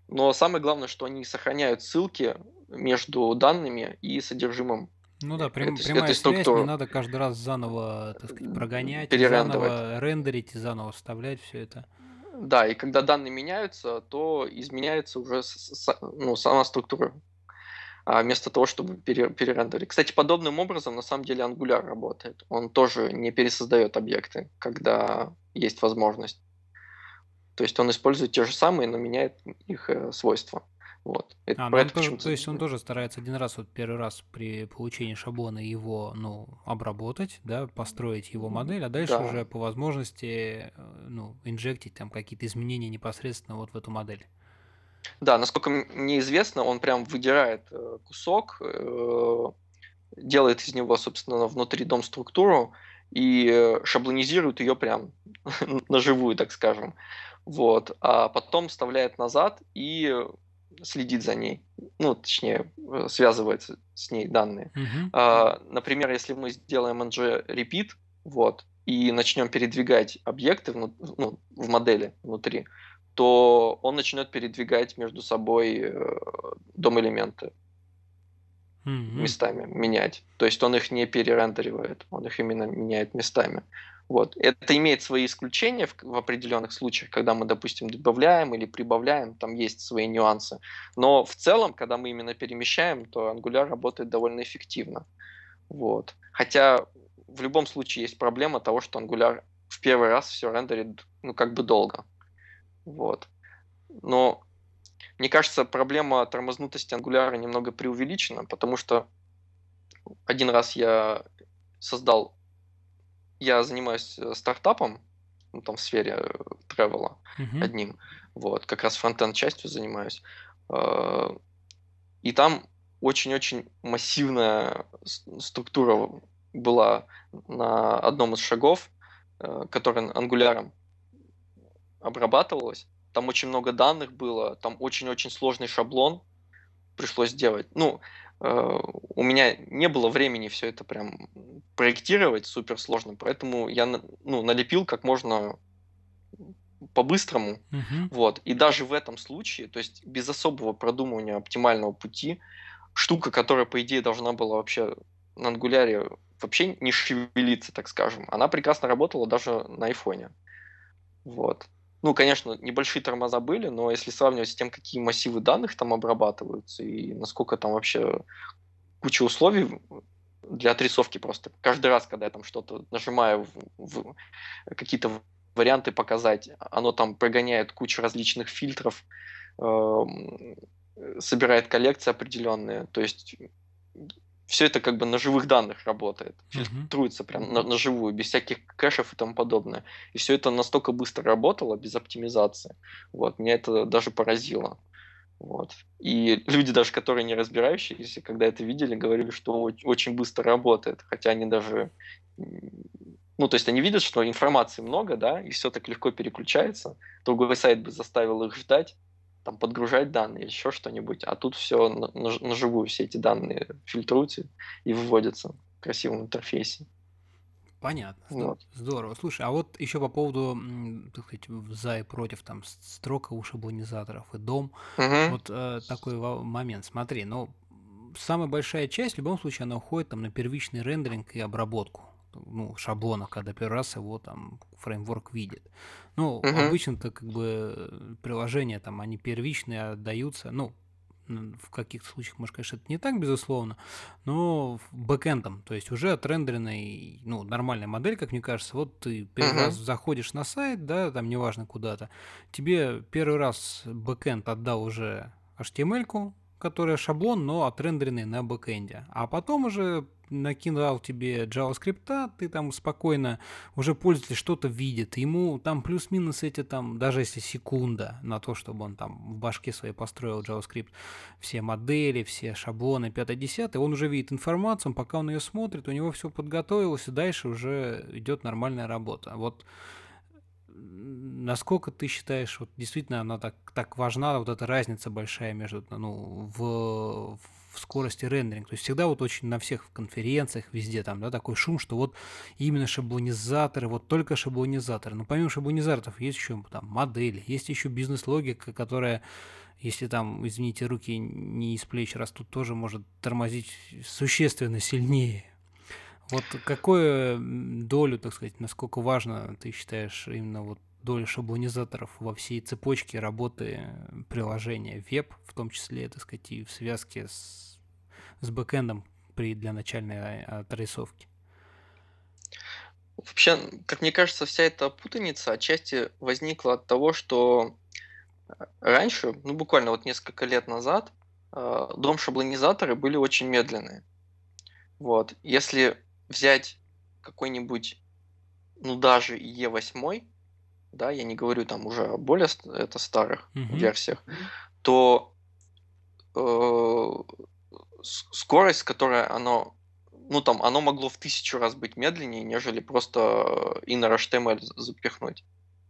Но самое главное, что они сохраняют ссылки между данными и содержимым
Ну
э,
да, прям-
этой, с-
прямая
этой
связь, не
структуры,
надо каждый раз заново, так сказать,
м,
прогонять и
перерендерить.
заново рендерить, и заново вставлять все это.
Да, и когда данные меняются, то изменяется уже с- с- ну, сама структура, а вместо того, чтобы пере- перерендерить. Кстати, подобным образом на самом деле Angular работает. Он тоже не пересоздает объекты, когда есть возможность. То есть он использует те же самые, но меняет их э, свойства. Вот. Это,
А, ну
про
он
это
тоже, то
почему-то...
есть он тоже старается один раз, вот первый раз при получении шаблона его, ну, обработать, да, построить его модель, а дальше
Да,
уже по возможности, э, ну, инжектить там какие-то изменения непосредственно вот в эту модель.
да, насколько мне известно, он прям выдирает э, кусок, э, делает из него, собственно, внутри дом структуру и э, шаблонизирует ее прям на живую, так скажем. Вот. А потом вставляет назад и следит за ней. Ну, точнее, э, связывает с с ней данные.
Угу.
А, например, если мы сделаем ng-repeat, вот, и начнем передвигать объекты вну- ну, в модели внутри, то он начнет передвигать между собой э, дом-элементы
Угу.
местами, менять. То есть он их не перерендеривает, он их именно меняет местами. Вот. Это имеет свои исключения в, в определенных случаях, когда мы, допустим, добавляем или прибавляем, там есть свои нюансы. Но в целом, когда мы именно перемещаем, то Angular работает довольно эффективно. Вот. Хотя в любом случае есть проблема того, что Angular в первый раз все рендерит ну, как бы долго. Вот. Но мне кажется, проблема тормознутости Angular немного преувеличена, потому что один раз я создал я занимаюсь, э, стартапом, ну, там в сфере, э, тревела
Угу.
одним. Вот, как раз фронтенд частью занимаюсь. Э, и там очень-очень массивная с структура была на одном из шагов, э, который ангуляром обрабатывалась. Там очень много данных было, там очень-очень сложный шаблон пришлось делать. Ну, э, у меня не было времени все это прям проектировать суперсложно, поэтому я на ну, налепил как можно по-быстрому.
Угу.
Вот. И даже в этом случае, то есть без особого продумывания оптимального пути, штука, которая, по идее, должна была вообще на ангуляре вообще не шевелиться, так скажем, она прекрасно работала даже на айфоне. Вот. Ну, конечно, небольшие тормоза были, но если сравнивать с тем, какие массивы данных там обрабатываются и насколько там вообще куча условий для отрисовки просто. Каждый раз, когда я там что-то нажимаю в, в какие-то варианты показать, оно там прогоняет кучу различных фильтров, эм, собирает коллекции определенные. То есть все это как бы на живых данных работает,
Угу.
фильтруется прям на, на живую, без всяких кэшев и тому подобное. И все это настолько быстро работало, без оптимизации. Вот, меня это даже поразило. Вот. И люди даже, которые не разбирающиеся, когда это видели, говорили, что оч- очень быстро работает, хотя они даже, м, ну, то есть они видят, что информации много, да, и все так легко переключается. Другой сайт бы заставил их ждать, там, подгружать данные или еще что-нибудь, а тут все на, на, ж- на живую, все эти данные фильтруются и выводятся в красивом интерфейсе.
Понятно, здо-
Вот.
здорово. Слушай, а вот еще по поводу, м, так сказать, в- за и против там с- строка у шаблонизаторов и дом.
Мгм.
Вот э, такой ва- момент. Смотри, ну, м, самая большая часть, в любом случае, она уходит там на первичный рендеринг и обработку. Ну, шаблона, когда первый раз его там фреймворк видит. Ну,
Мгм.
обычно-то как бы э, приложения там, они первичные отдаются, ну, м, в каких-то случаях, может, конечно, это не так, безусловно, но в- бэкэндом, то есть уже отрендеренная, ну, нормальная модель, как мне кажется. Вот ты первый раз
Мгм.
заходишь на сайт, да, там неважно куда-то, тебе первый раз бэкэнд отдал уже эйч ти эм эль-ку, которая шаблон, но отрендеренный на бэкэнде. А потом уже накидал тебе JavaScript, ты там спокойно, уже пользователь что-то видит, ему там плюс-минус эти там, даже если секунда на то, чтобы он там в башке своей построил JavaScript, все модели, все шаблоны, пятое-десятое, он уже видит информацию, пока он ее смотрит, у него все подготовилось, и дальше уже идет нормальная работа. Вот насколько ты считаешь, вот действительно она так, так важна, вот эта разница большая между, ну, в, в скорости рендеринга. То есть всегда вот очень на всех конференциях, везде там, да, такой шум, что вот именно шаблонизаторы, вот только шаблонизаторы. Но помимо шаблонизаторов есть еще там модели, есть еще бизнес-логика, которая если там, извините, руки не из плеч растут, тоже может тормозить существенно сильнее. Вот какую м, долю, так сказать, насколько важно, ты считаешь, именно вот доля шаблонизаторов во всей цепочке работы приложения веб, в том числе, так сказать, и в связке с, с бэкэндом при, для начальной а, отрисовки?
Вообще, как мне кажется, вся эта путаница отчасти возникла от того, что раньше, ну буквально вот несколько лет назад, э, дом-шаблонизаторы были очень медленные. Вот. Если взять какой-нибудь, ну даже и и восемь, да, я не говорю там уже о более ст- это старых
Мгм.
версиях, то э, с- скорость, с которой оно, ну там, оно могло в тысячу раз быть медленнее, нежели просто э, inner эйч ти эм эль з- запихнуть.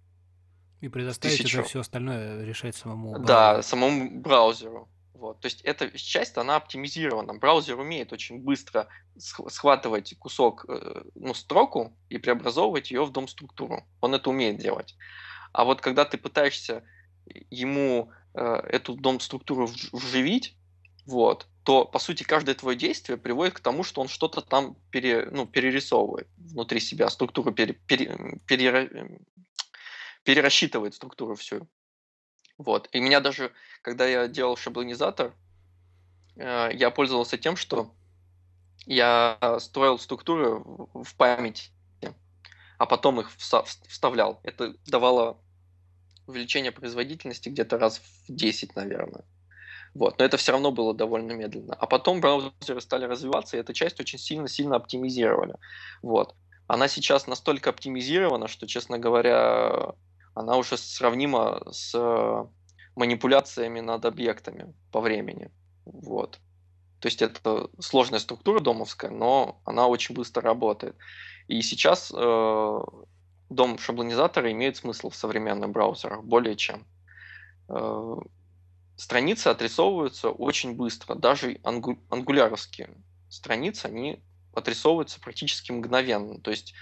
И
В
предоставить это
тысячу.
все остальное решать самому
Да,
браузеру.
самому браузеру. Вот. То есть эта часть, она оптимизирована. Браузер умеет очень быстро сх- схватывать кусок, э, ну, строку и преобразовывать ее в дом-структуру. Он это умеет делать. А вот когда ты пытаешься ему э, эту дом-структуру вж- вживить, вот, то, по сути, каждое твое действие приводит к тому, что он что-то там пере, ну, перерисовывает внутри себя, структуру пере, пере- перера- перерасчитывает структуру всю. Вот. И меня даже, когда я делал шаблонизатор, э, я пользовался тем, что я строил структуры в в памяти, а потом их вса- вс- вставлял. Это давало увеличение производительности где-то раз в десять, наверное. Вот. Но это все равно было довольно медленно. А потом браузеры стали развиваться, и эту часть очень сильно-сильно оптимизировали. Вот. Она сейчас настолько оптимизирована, что, честно говоря, она уже сравнима с э, манипуляциями над объектами по времени. Вот. То есть это сложная структура домовская, но она очень быстро работает. И сейчас э, дом шаблонизатора имеет смысл в современных браузерах более чем. Э, Страницы отрисовываются очень быстро. Даже ангу- ангуляровские страницы, они отрисовываются практически мгновенно. То есть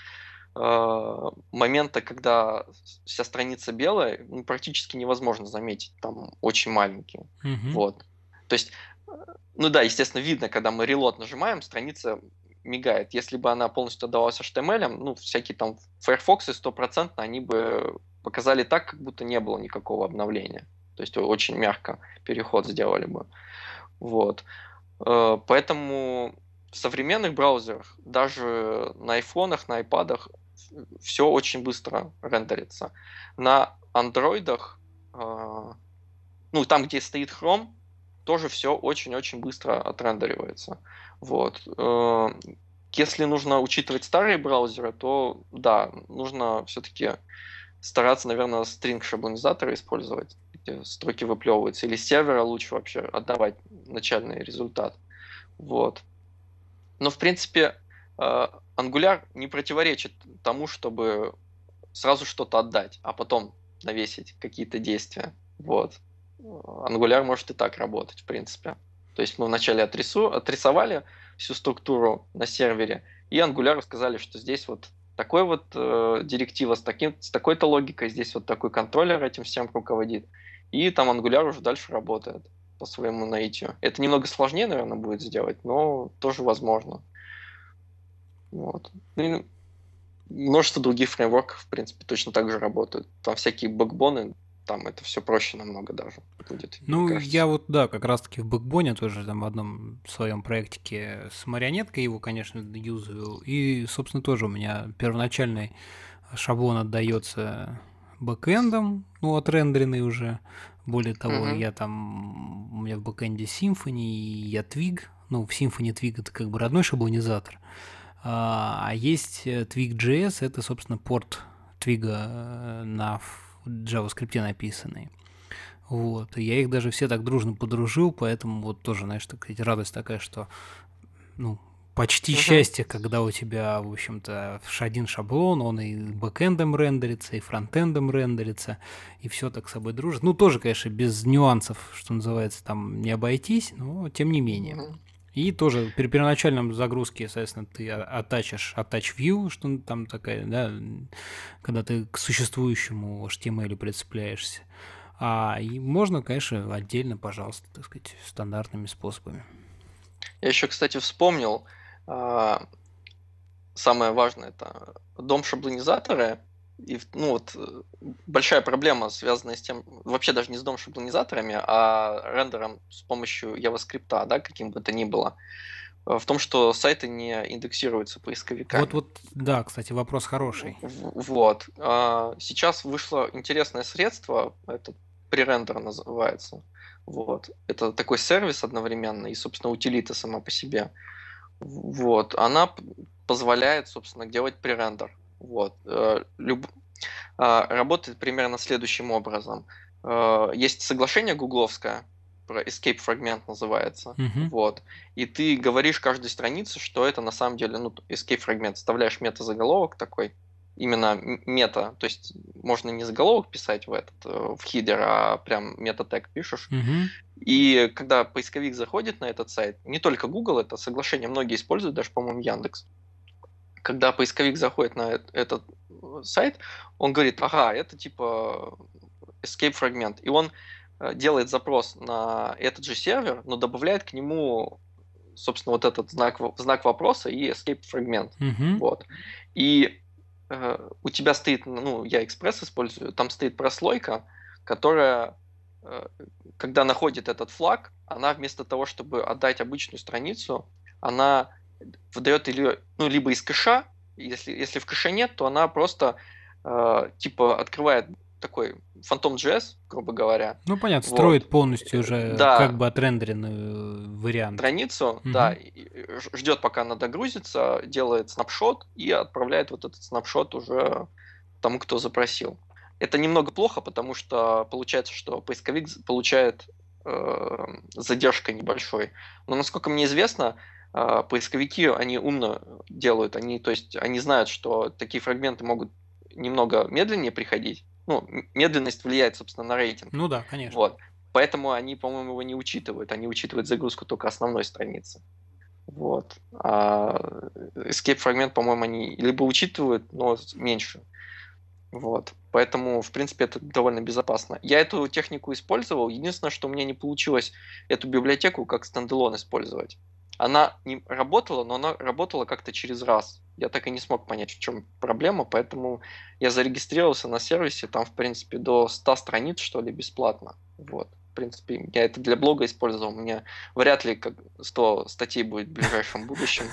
э, момента, когда с- вся страница белая, ну, практически невозможно заметить, там очень маленькие.
Мгм.
Вот. То есть, э, ну да, естественно, видно, когда мы reload нажимаем, страница мигает. Если бы она полностью отдавалась эйч ти эм эль, ну, всякие там Firefox стопроцентно они бы показали так, как будто не было никакого обновления. То есть очень мягко переход сделали бы. Вот. Э, Поэтому в современных браузерах, даже на айфонах, на айпадах, все очень быстро рендерится. На андроидах, а, ну, там, где стоит Chrome, тоже все очень-очень быстро отрендеривается. Вот. Э, Если нужно учитывать старые браузеры, то да, нужно все-таки стараться, наверное, стринг-шаблонизаторы использовать, где строки выплевываются, или с сервера лучше вообще отдавать начальный результат. Вот. Но, в принципе, э, Angular не противоречит тому, чтобы сразу что-то отдать, а потом навесить какие-то действия. Вот. Э, Angular может и так работать, в принципе. То есть мы вначале отрису, отрисовали всю структуру на сервере, и Angular сказали, что здесь вот такой вот э, директива с, таким, с такой-то логикой, здесь вот такой контроллер этим всем руководит. И там Angular уже дальше работает по своему наитию. Это немного сложнее, наверное, будет сделать, но тоже возможно. Вот. Ну и множество других фреймворков, в принципе, точно так же работают. Там всякие бэкбоны, там это все проще намного даже будет, мне
Ну, я
кажется.
вот, да, как раз-таки в бэкбоне тоже там в одном своем проектике с марионеткой его, конечно, юзаю. И, собственно, тоже у меня первоначальный шаблон отдается бэкэндом, ну, отрендеренный уже. Более того,
Мгм.
я там, у меня в бэкэнде Symfony, и я Twig. Ну, в Symfony Twig это как бы родной шаблонизатор. А, а есть э, Twig.js, это, собственно, порт Twig на ф- JavaScript написанный. Вот. И я их даже все так дружно подружил, поэтому вот тоже, знаешь, так сказать, радость такая, что, ну, почти
Мгм.
счастье, когда у тебя, в общем-то, один шаблон, он и бэкэндом рендерится, и фронтендом рендерится, и все так с собой дружит. Ну, тоже, конечно, без нюансов, что называется, там не обойтись, но тем не менее.
Мгм.
И тоже при первоначальном загрузке, соответственно, ты оттачишь attach view, что там такая, да, когда ты к существующему эйч ти эм эль прицепляешься. А и можно, конечно, отдельно, пожалуйста, так сказать, стандартными способами.
Я еще, кстати, вспомнил, а, самое важное это дом-шаблонизаторы. И, в- ну вот, э, большая проблема, связанная с тем, вообще даже не с дом-шаблонизаторами, а рендером с помощью JavaScript, да, каким бы то ни было, э, в том, что сайты не индексируются
Вот,
поисковиками.
вот, да, кстати, вопрос хороший.
В- Вот. А, Сейчас вышло интересное средство, это пререндер называется. Вот. Это такой сервис одновременно и, собственно, утилита сама по себе. Вот. Она п- позволяет, собственно, делать пререндер. Вот. Э, люб- а, Работает примерно следующим образом. Э, Есть соглашение гугловское, про Escape Fragment называется.
Мгм.
Вот. И ты говоришь каждой странице, что это на самом деле ну, Escape Fragment. Вставляешь мета-заголовок такой, именно м- мета. То есть можно не заголовок писать в этот, э, в хидер, а прям мета-тег пишешь.
Мгм.
И когда поисковик заходит на этот сайт, не только Google, это соглашение многие используют, даже, по-моему, Яндекс, когда поисковик заходит на эт- этот э, сайт, он говорит, ага, это типа escape фрагмент. И он э, делает запрос на этот же сервер, но добавляет к нему, собственно, вот этот знак, во- знак вопроса и escape фрагмент.
Мгм.
Вот. И э, у тебя стоит, ну, я экспресс использую, там стоит прослойка, которая, э, когда находит этот флаг, она вместо того, чтобы отдать обычную страницу, она выдает или, ну, либо из кэша, если, если в кэше нет, то она просто э, типа открывает такой Phantom.js, грубо говоря,
Ну, понятно,
вот,
строит полностью
Э,
уже как
да,
бы отрендеренный вариант.
страницу, да,
Мгм.
ждет, пока она догрузится, делает снапшот и отправляет вот этот снапшот уже тому, кто запросил. Это немного плохо, потому что получается, что поисковик з- получает э, задержкой небольшой. Но насколько мне известно, э, поисковики, они умно делают, они, то есть, они знают, что такие фрагменты могут немного медленнее приходить. Ну, м- медленность влияет, собственно, на рейтинг.
Ну да, конечно.
Вот. Поэтому они, по-моему, его не учитывают. Они учитывают загрузку только основной страницы. Вот. А escape фрагмент, по-моему, они либо учитывают, но с- меньше. Вот. Поэтому, в принципе, это довольно безопасно. Я эту технику использовал. Единственное, что у меня не получилось эту библиотеку как стендалон использовать. Она не работала, но она работала как-то через раз. Я так и не смог понять, в чем проблема, поэтому я зарегистрировался на сервисе, там, в принципе, до ста страниц, что ли, бесплатно. Вот. В принципе, я это для блога использовал. У меня вряд ли как сто статей будет в ближайшем будущем.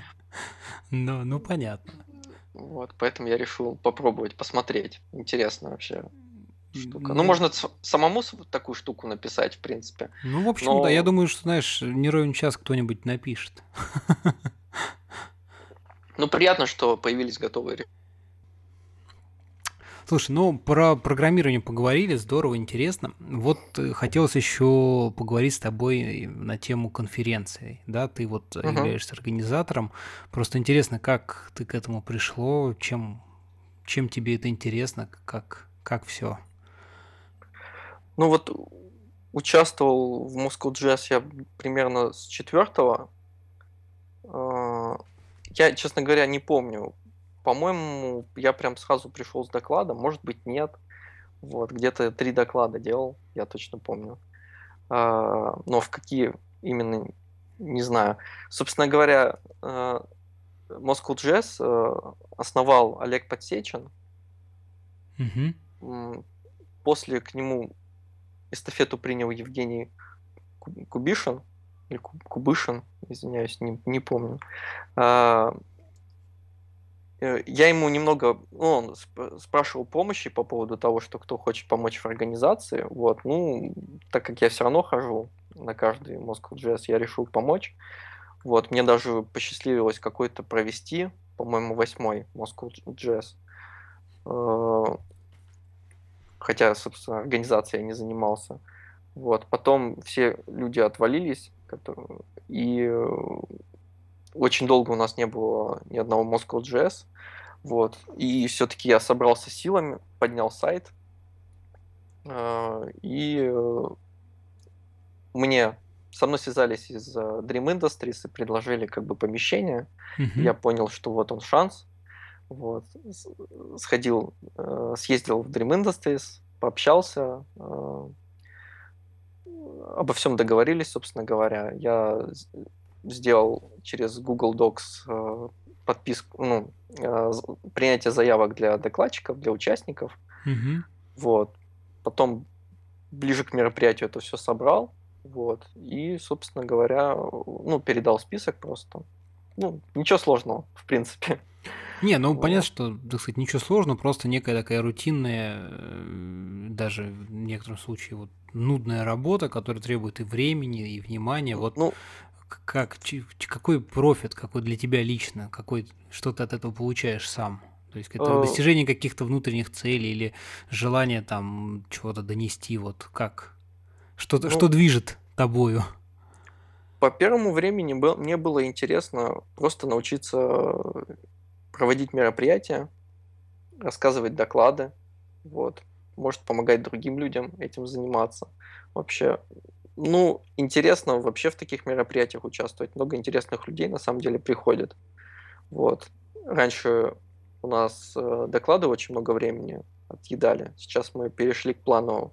Ну, ну понятно.
Вот, поэтому я решил попробовать, посмотреть. Интересно вообще штука. Ну,
Ну,
можно с- самому с- такую штуку написать, в принципе.
ну, в общем, да, я
Но,
думаю, что, знаешь, не ровен час кто-нибудь напишет.
ну, приятно, что появились готовые решения.
Слушай, ну про программирование поговорили, здорово, интересно. Вот э, хотелось еще поговорить с тобой на тему конференции. Да, ты вот
Мгм.
являешься организатором. Просто интересно, как ты к этому пришло, чем, чем тебе это интересно, как, как все.
Ну, вот у- участвовал в Moscow Jazz я примерно с четвертого. А, Я, честно говоря, не помню. По-моему, я прям сразу пришел с докладом, может быть, нет. Вот, где-то три доклада делал, я точно помню. А, но в какие именно, не знаю. Собственно говоря, э, Moscow Jazz э, основал Олег Подсечин.
Угу.
М, После к нему эстафету принял Евгений Ку- Кубишин, или Ку- Кубышин, извиняюсь, не, не помню. А, э, Я ему немного, ну, он сп- спрашивал помощи по поводу того, что кто хочет помочь в организации. Вот, ну, так как я все равно хожу на каждый Moscow Jazz, я решил помочь. Вот, мне даже посчастливилось какой-то провести, по-моему, восьмой Moscow Jazz. Э, Хотя, собственно, организацией я не занимался. Вот. Потом все люди отвалились, которые... и э, очень долго у нас не было ни одного Moscow Jazz. Вот. И все-таки я собрался силами, поднял сайт, э, и э, мне со мной связались из э, Dream Industries и предложили как бы помещение.
Угу.
Я понял, что вот он шанс. Вот. С- Сходил, э, съездил в Dream Industries, пообщался, э, обо всем договорились, собственно говоря. Я с- сделал через Google Docs э, подписку, ну, э, з- принятие заявок для докладчиков, для участников.
Мгм.
Вот. Потом ближе к мероприятию это все собрал. Вот. И, собственно говоря, э, ну, передал список просто. Ну, ничего сложного, в принципе.
Не, ну понятно,
Вот.
что, так сказать, ничего сложного, просто некая такая рутинная, э, даже в некотором случае вот нудная работа, которая требует и времени, и внимания. Вот
Ну,
к- как, чи- чи- какой профит, какой для тебя лично, какой, что ты от этого получаешь сам? То есть это
э,
достижение каких-то внутренних целей или желание там чего-то донести, вот как? Что, что
ну,
движет тобою?
по первому времени был, мне было интересно просто научиться э, проводить мероприятия, рассказывать доклады, вот, может помогать другим людям этим заниматься. Вообще, ну, интересно вообще в таких мероприятиях участвовать. Много интересных людей на самом деле приходит. Вот. Раньше у нас э, доклады очень много времени отъедали. Сейчас мы перешли к плану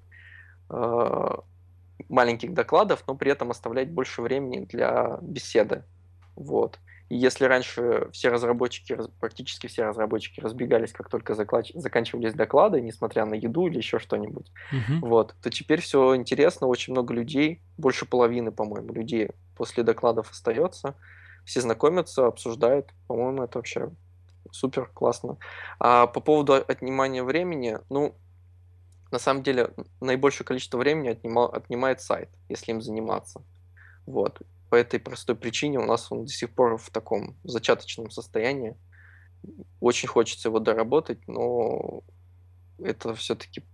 э, маленьких докладов, но при этом оставлять больше времени для беседы. Вот. И если раньше все разработчики, раз- практически все разработчики разбегались, как только заклач- заканчивались доклады, несмотря на еду или еще что-нибудь,
Мгм.
вот, то теперь все интересно, очень много людей, больше половины, по-моему, людей после докладов остается, все знакомятся, обсуждают, по-моему, это вообще супер классно. А по поводу отнимания времени, ну, на самом деле, н наибольшее количество времени отнима отнимает сайт, если им заниматься. Вот. По этой простой причине у нас он до сих пор в таком зачаточном состоянии. Очень хочется его доработать, но это все таки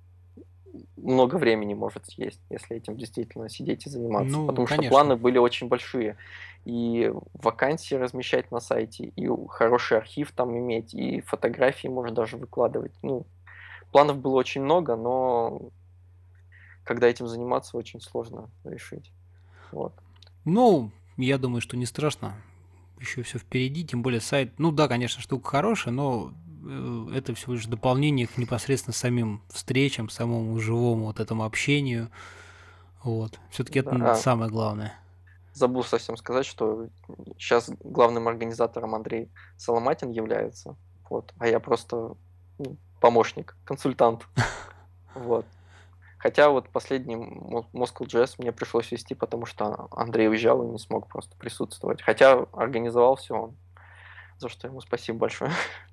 много времени может съесть, если этим действительно сидеть и заниматься.
Ну,
Потому что
конечно.
планы были очень большие. И вакансии размещать на сайте, и у хороший архив там иметь, и фотографии можно даже выкладывать. Ну, планов было очень много, но когда этим заниматься, очень сложно решить. Вот.
Ну, я думаю, что не страшно. Еще все впереди, тем более сайт. Ну да, конечно, штука хорошая, но э, это всего лишь дополнение к непосредственно самим встречам, самому живому вот этому общению. Вот. Все-таки это
Да.
н-
А,
самое главное.
забыл совсем сказать, что сейчас главным организатором Андрей Соломатин является. Вот. А я просто ну, помощник, консультант. Вот. Хотя вот последний Мо- Moscow Jazz мне пришлось вести, потому что Андрей уезжал и не смог просто присутствовать. Хотя организовал все он, за что ему спасибо большое.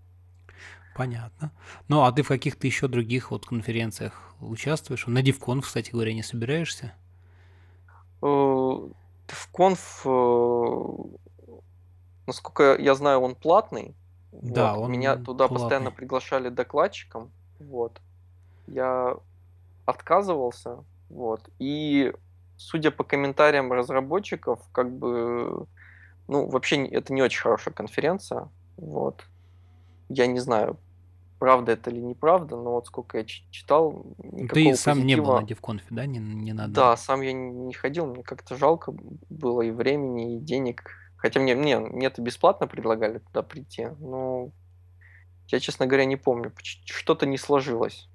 Понятно. Ну, а ты в каких-то еще других вот конференциях участвуешь? На DevConf, кстати говоря, не собираешься?
Э, В конф, э, насколько я знаю, он платный.
Да,
Вот. Меня
он
туда постоянно
платный.
приглашали докладчиком. Вот. Я отказывался. Вот. И судя по комментариям разработчиков, как бы, ну, вообще не- это не очень хорошая конференция. Вот. Я не знаю, правда это или неправда, но вот сколько я ч- читал,
Ты
никакого
сам не был на
позитива.
DevConf, да, ни, ни на одном?
Да, сам я не ходил, мне как-то жалко было и времени, и денег. Хотя мне, мне, мне это бесплатно предлагали туда прийти, но я, честно говоря, не помню, поч- что-то не сложилось.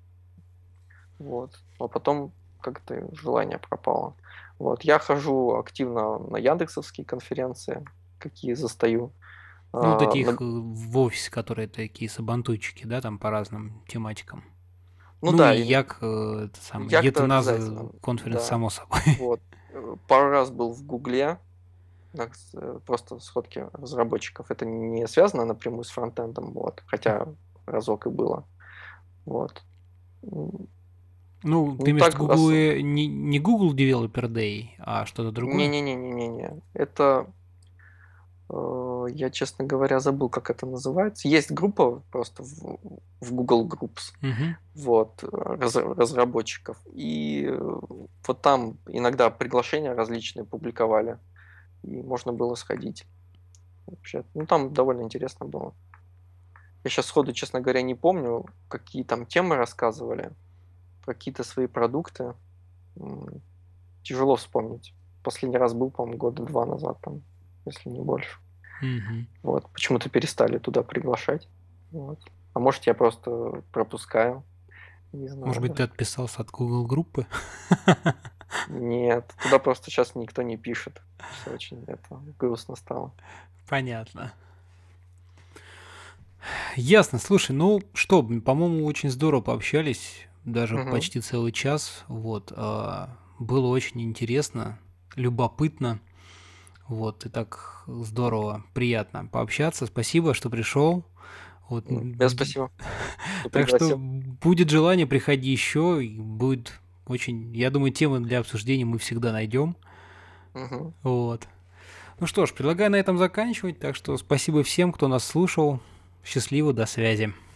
Вот. А потом как-то желание пропало. Вот. Я хожу активно на яндексовские конференции, какие застаю.
Ну, вот
А,
этих
на-
э, в офисе, которые такие сабантуйчики, да, там по разным тематикам.
Ну
Ну и
да, и
як, э, это самое,
як-то
Ятыназа
обязательно,
конференц,
да.
само собой.
Вот. Э, Пару раз был в Гугле, на с- э, просто сходке разработчиков. Это не связано напрямую с фронтендом, вот, хотя разок и было. Вот. М,
Ну, ты
Ну
имеешь в
так,
виду Google, э, не, не Google Developer Day, а что-то другое?
не-не-не-не-не-не. Это Э, я, честно говоря, забыл, как это называется. Есть группа просто в, в Google Groups,
Мгм.
вот, э, раз- разработчиков. И э, вот там иногда приглашения различные публиковали, и можно было сходить. Вообще, ну, там довольно интересно было. Я сейчас сходу, честно говоря, не помню, какие там темы рассказывали, про какие-то свои продукты. М, Тяжело вспомнить. Последний раз был, по-моему, года два назад, там, если не больше.
Мгм.
Вот, почему-то перестали туда приглашать. Вот. А может, я просто пропускаю.
Не
Может
знаю
быть, ты
даже.
отписался от Google группы?
Нет, туда просто сейчас никто не пишет. Все очень это грустно стало.
Понятно. Ясно. Слушай, ну что, м, по-моему, очень здорово пообщались, даже
Мгм.
почти целый час. Вот, а, было очень интересно, любопытно. Вот, и так здорово, приятно пообщаться. Спасибо, что пришел. Вот,
М, тебе
м, д-
спасибо, что
так что
пригласил.
будет желание, приходи еще. И будет очень, я думаю, темы для обсуждения мы всегда найдем.
Мгм.
Вот. Ну что ж, предлагаю на этом заканчивать. Так что спасибо всем, кто нас слушал. Счастливо, до связи.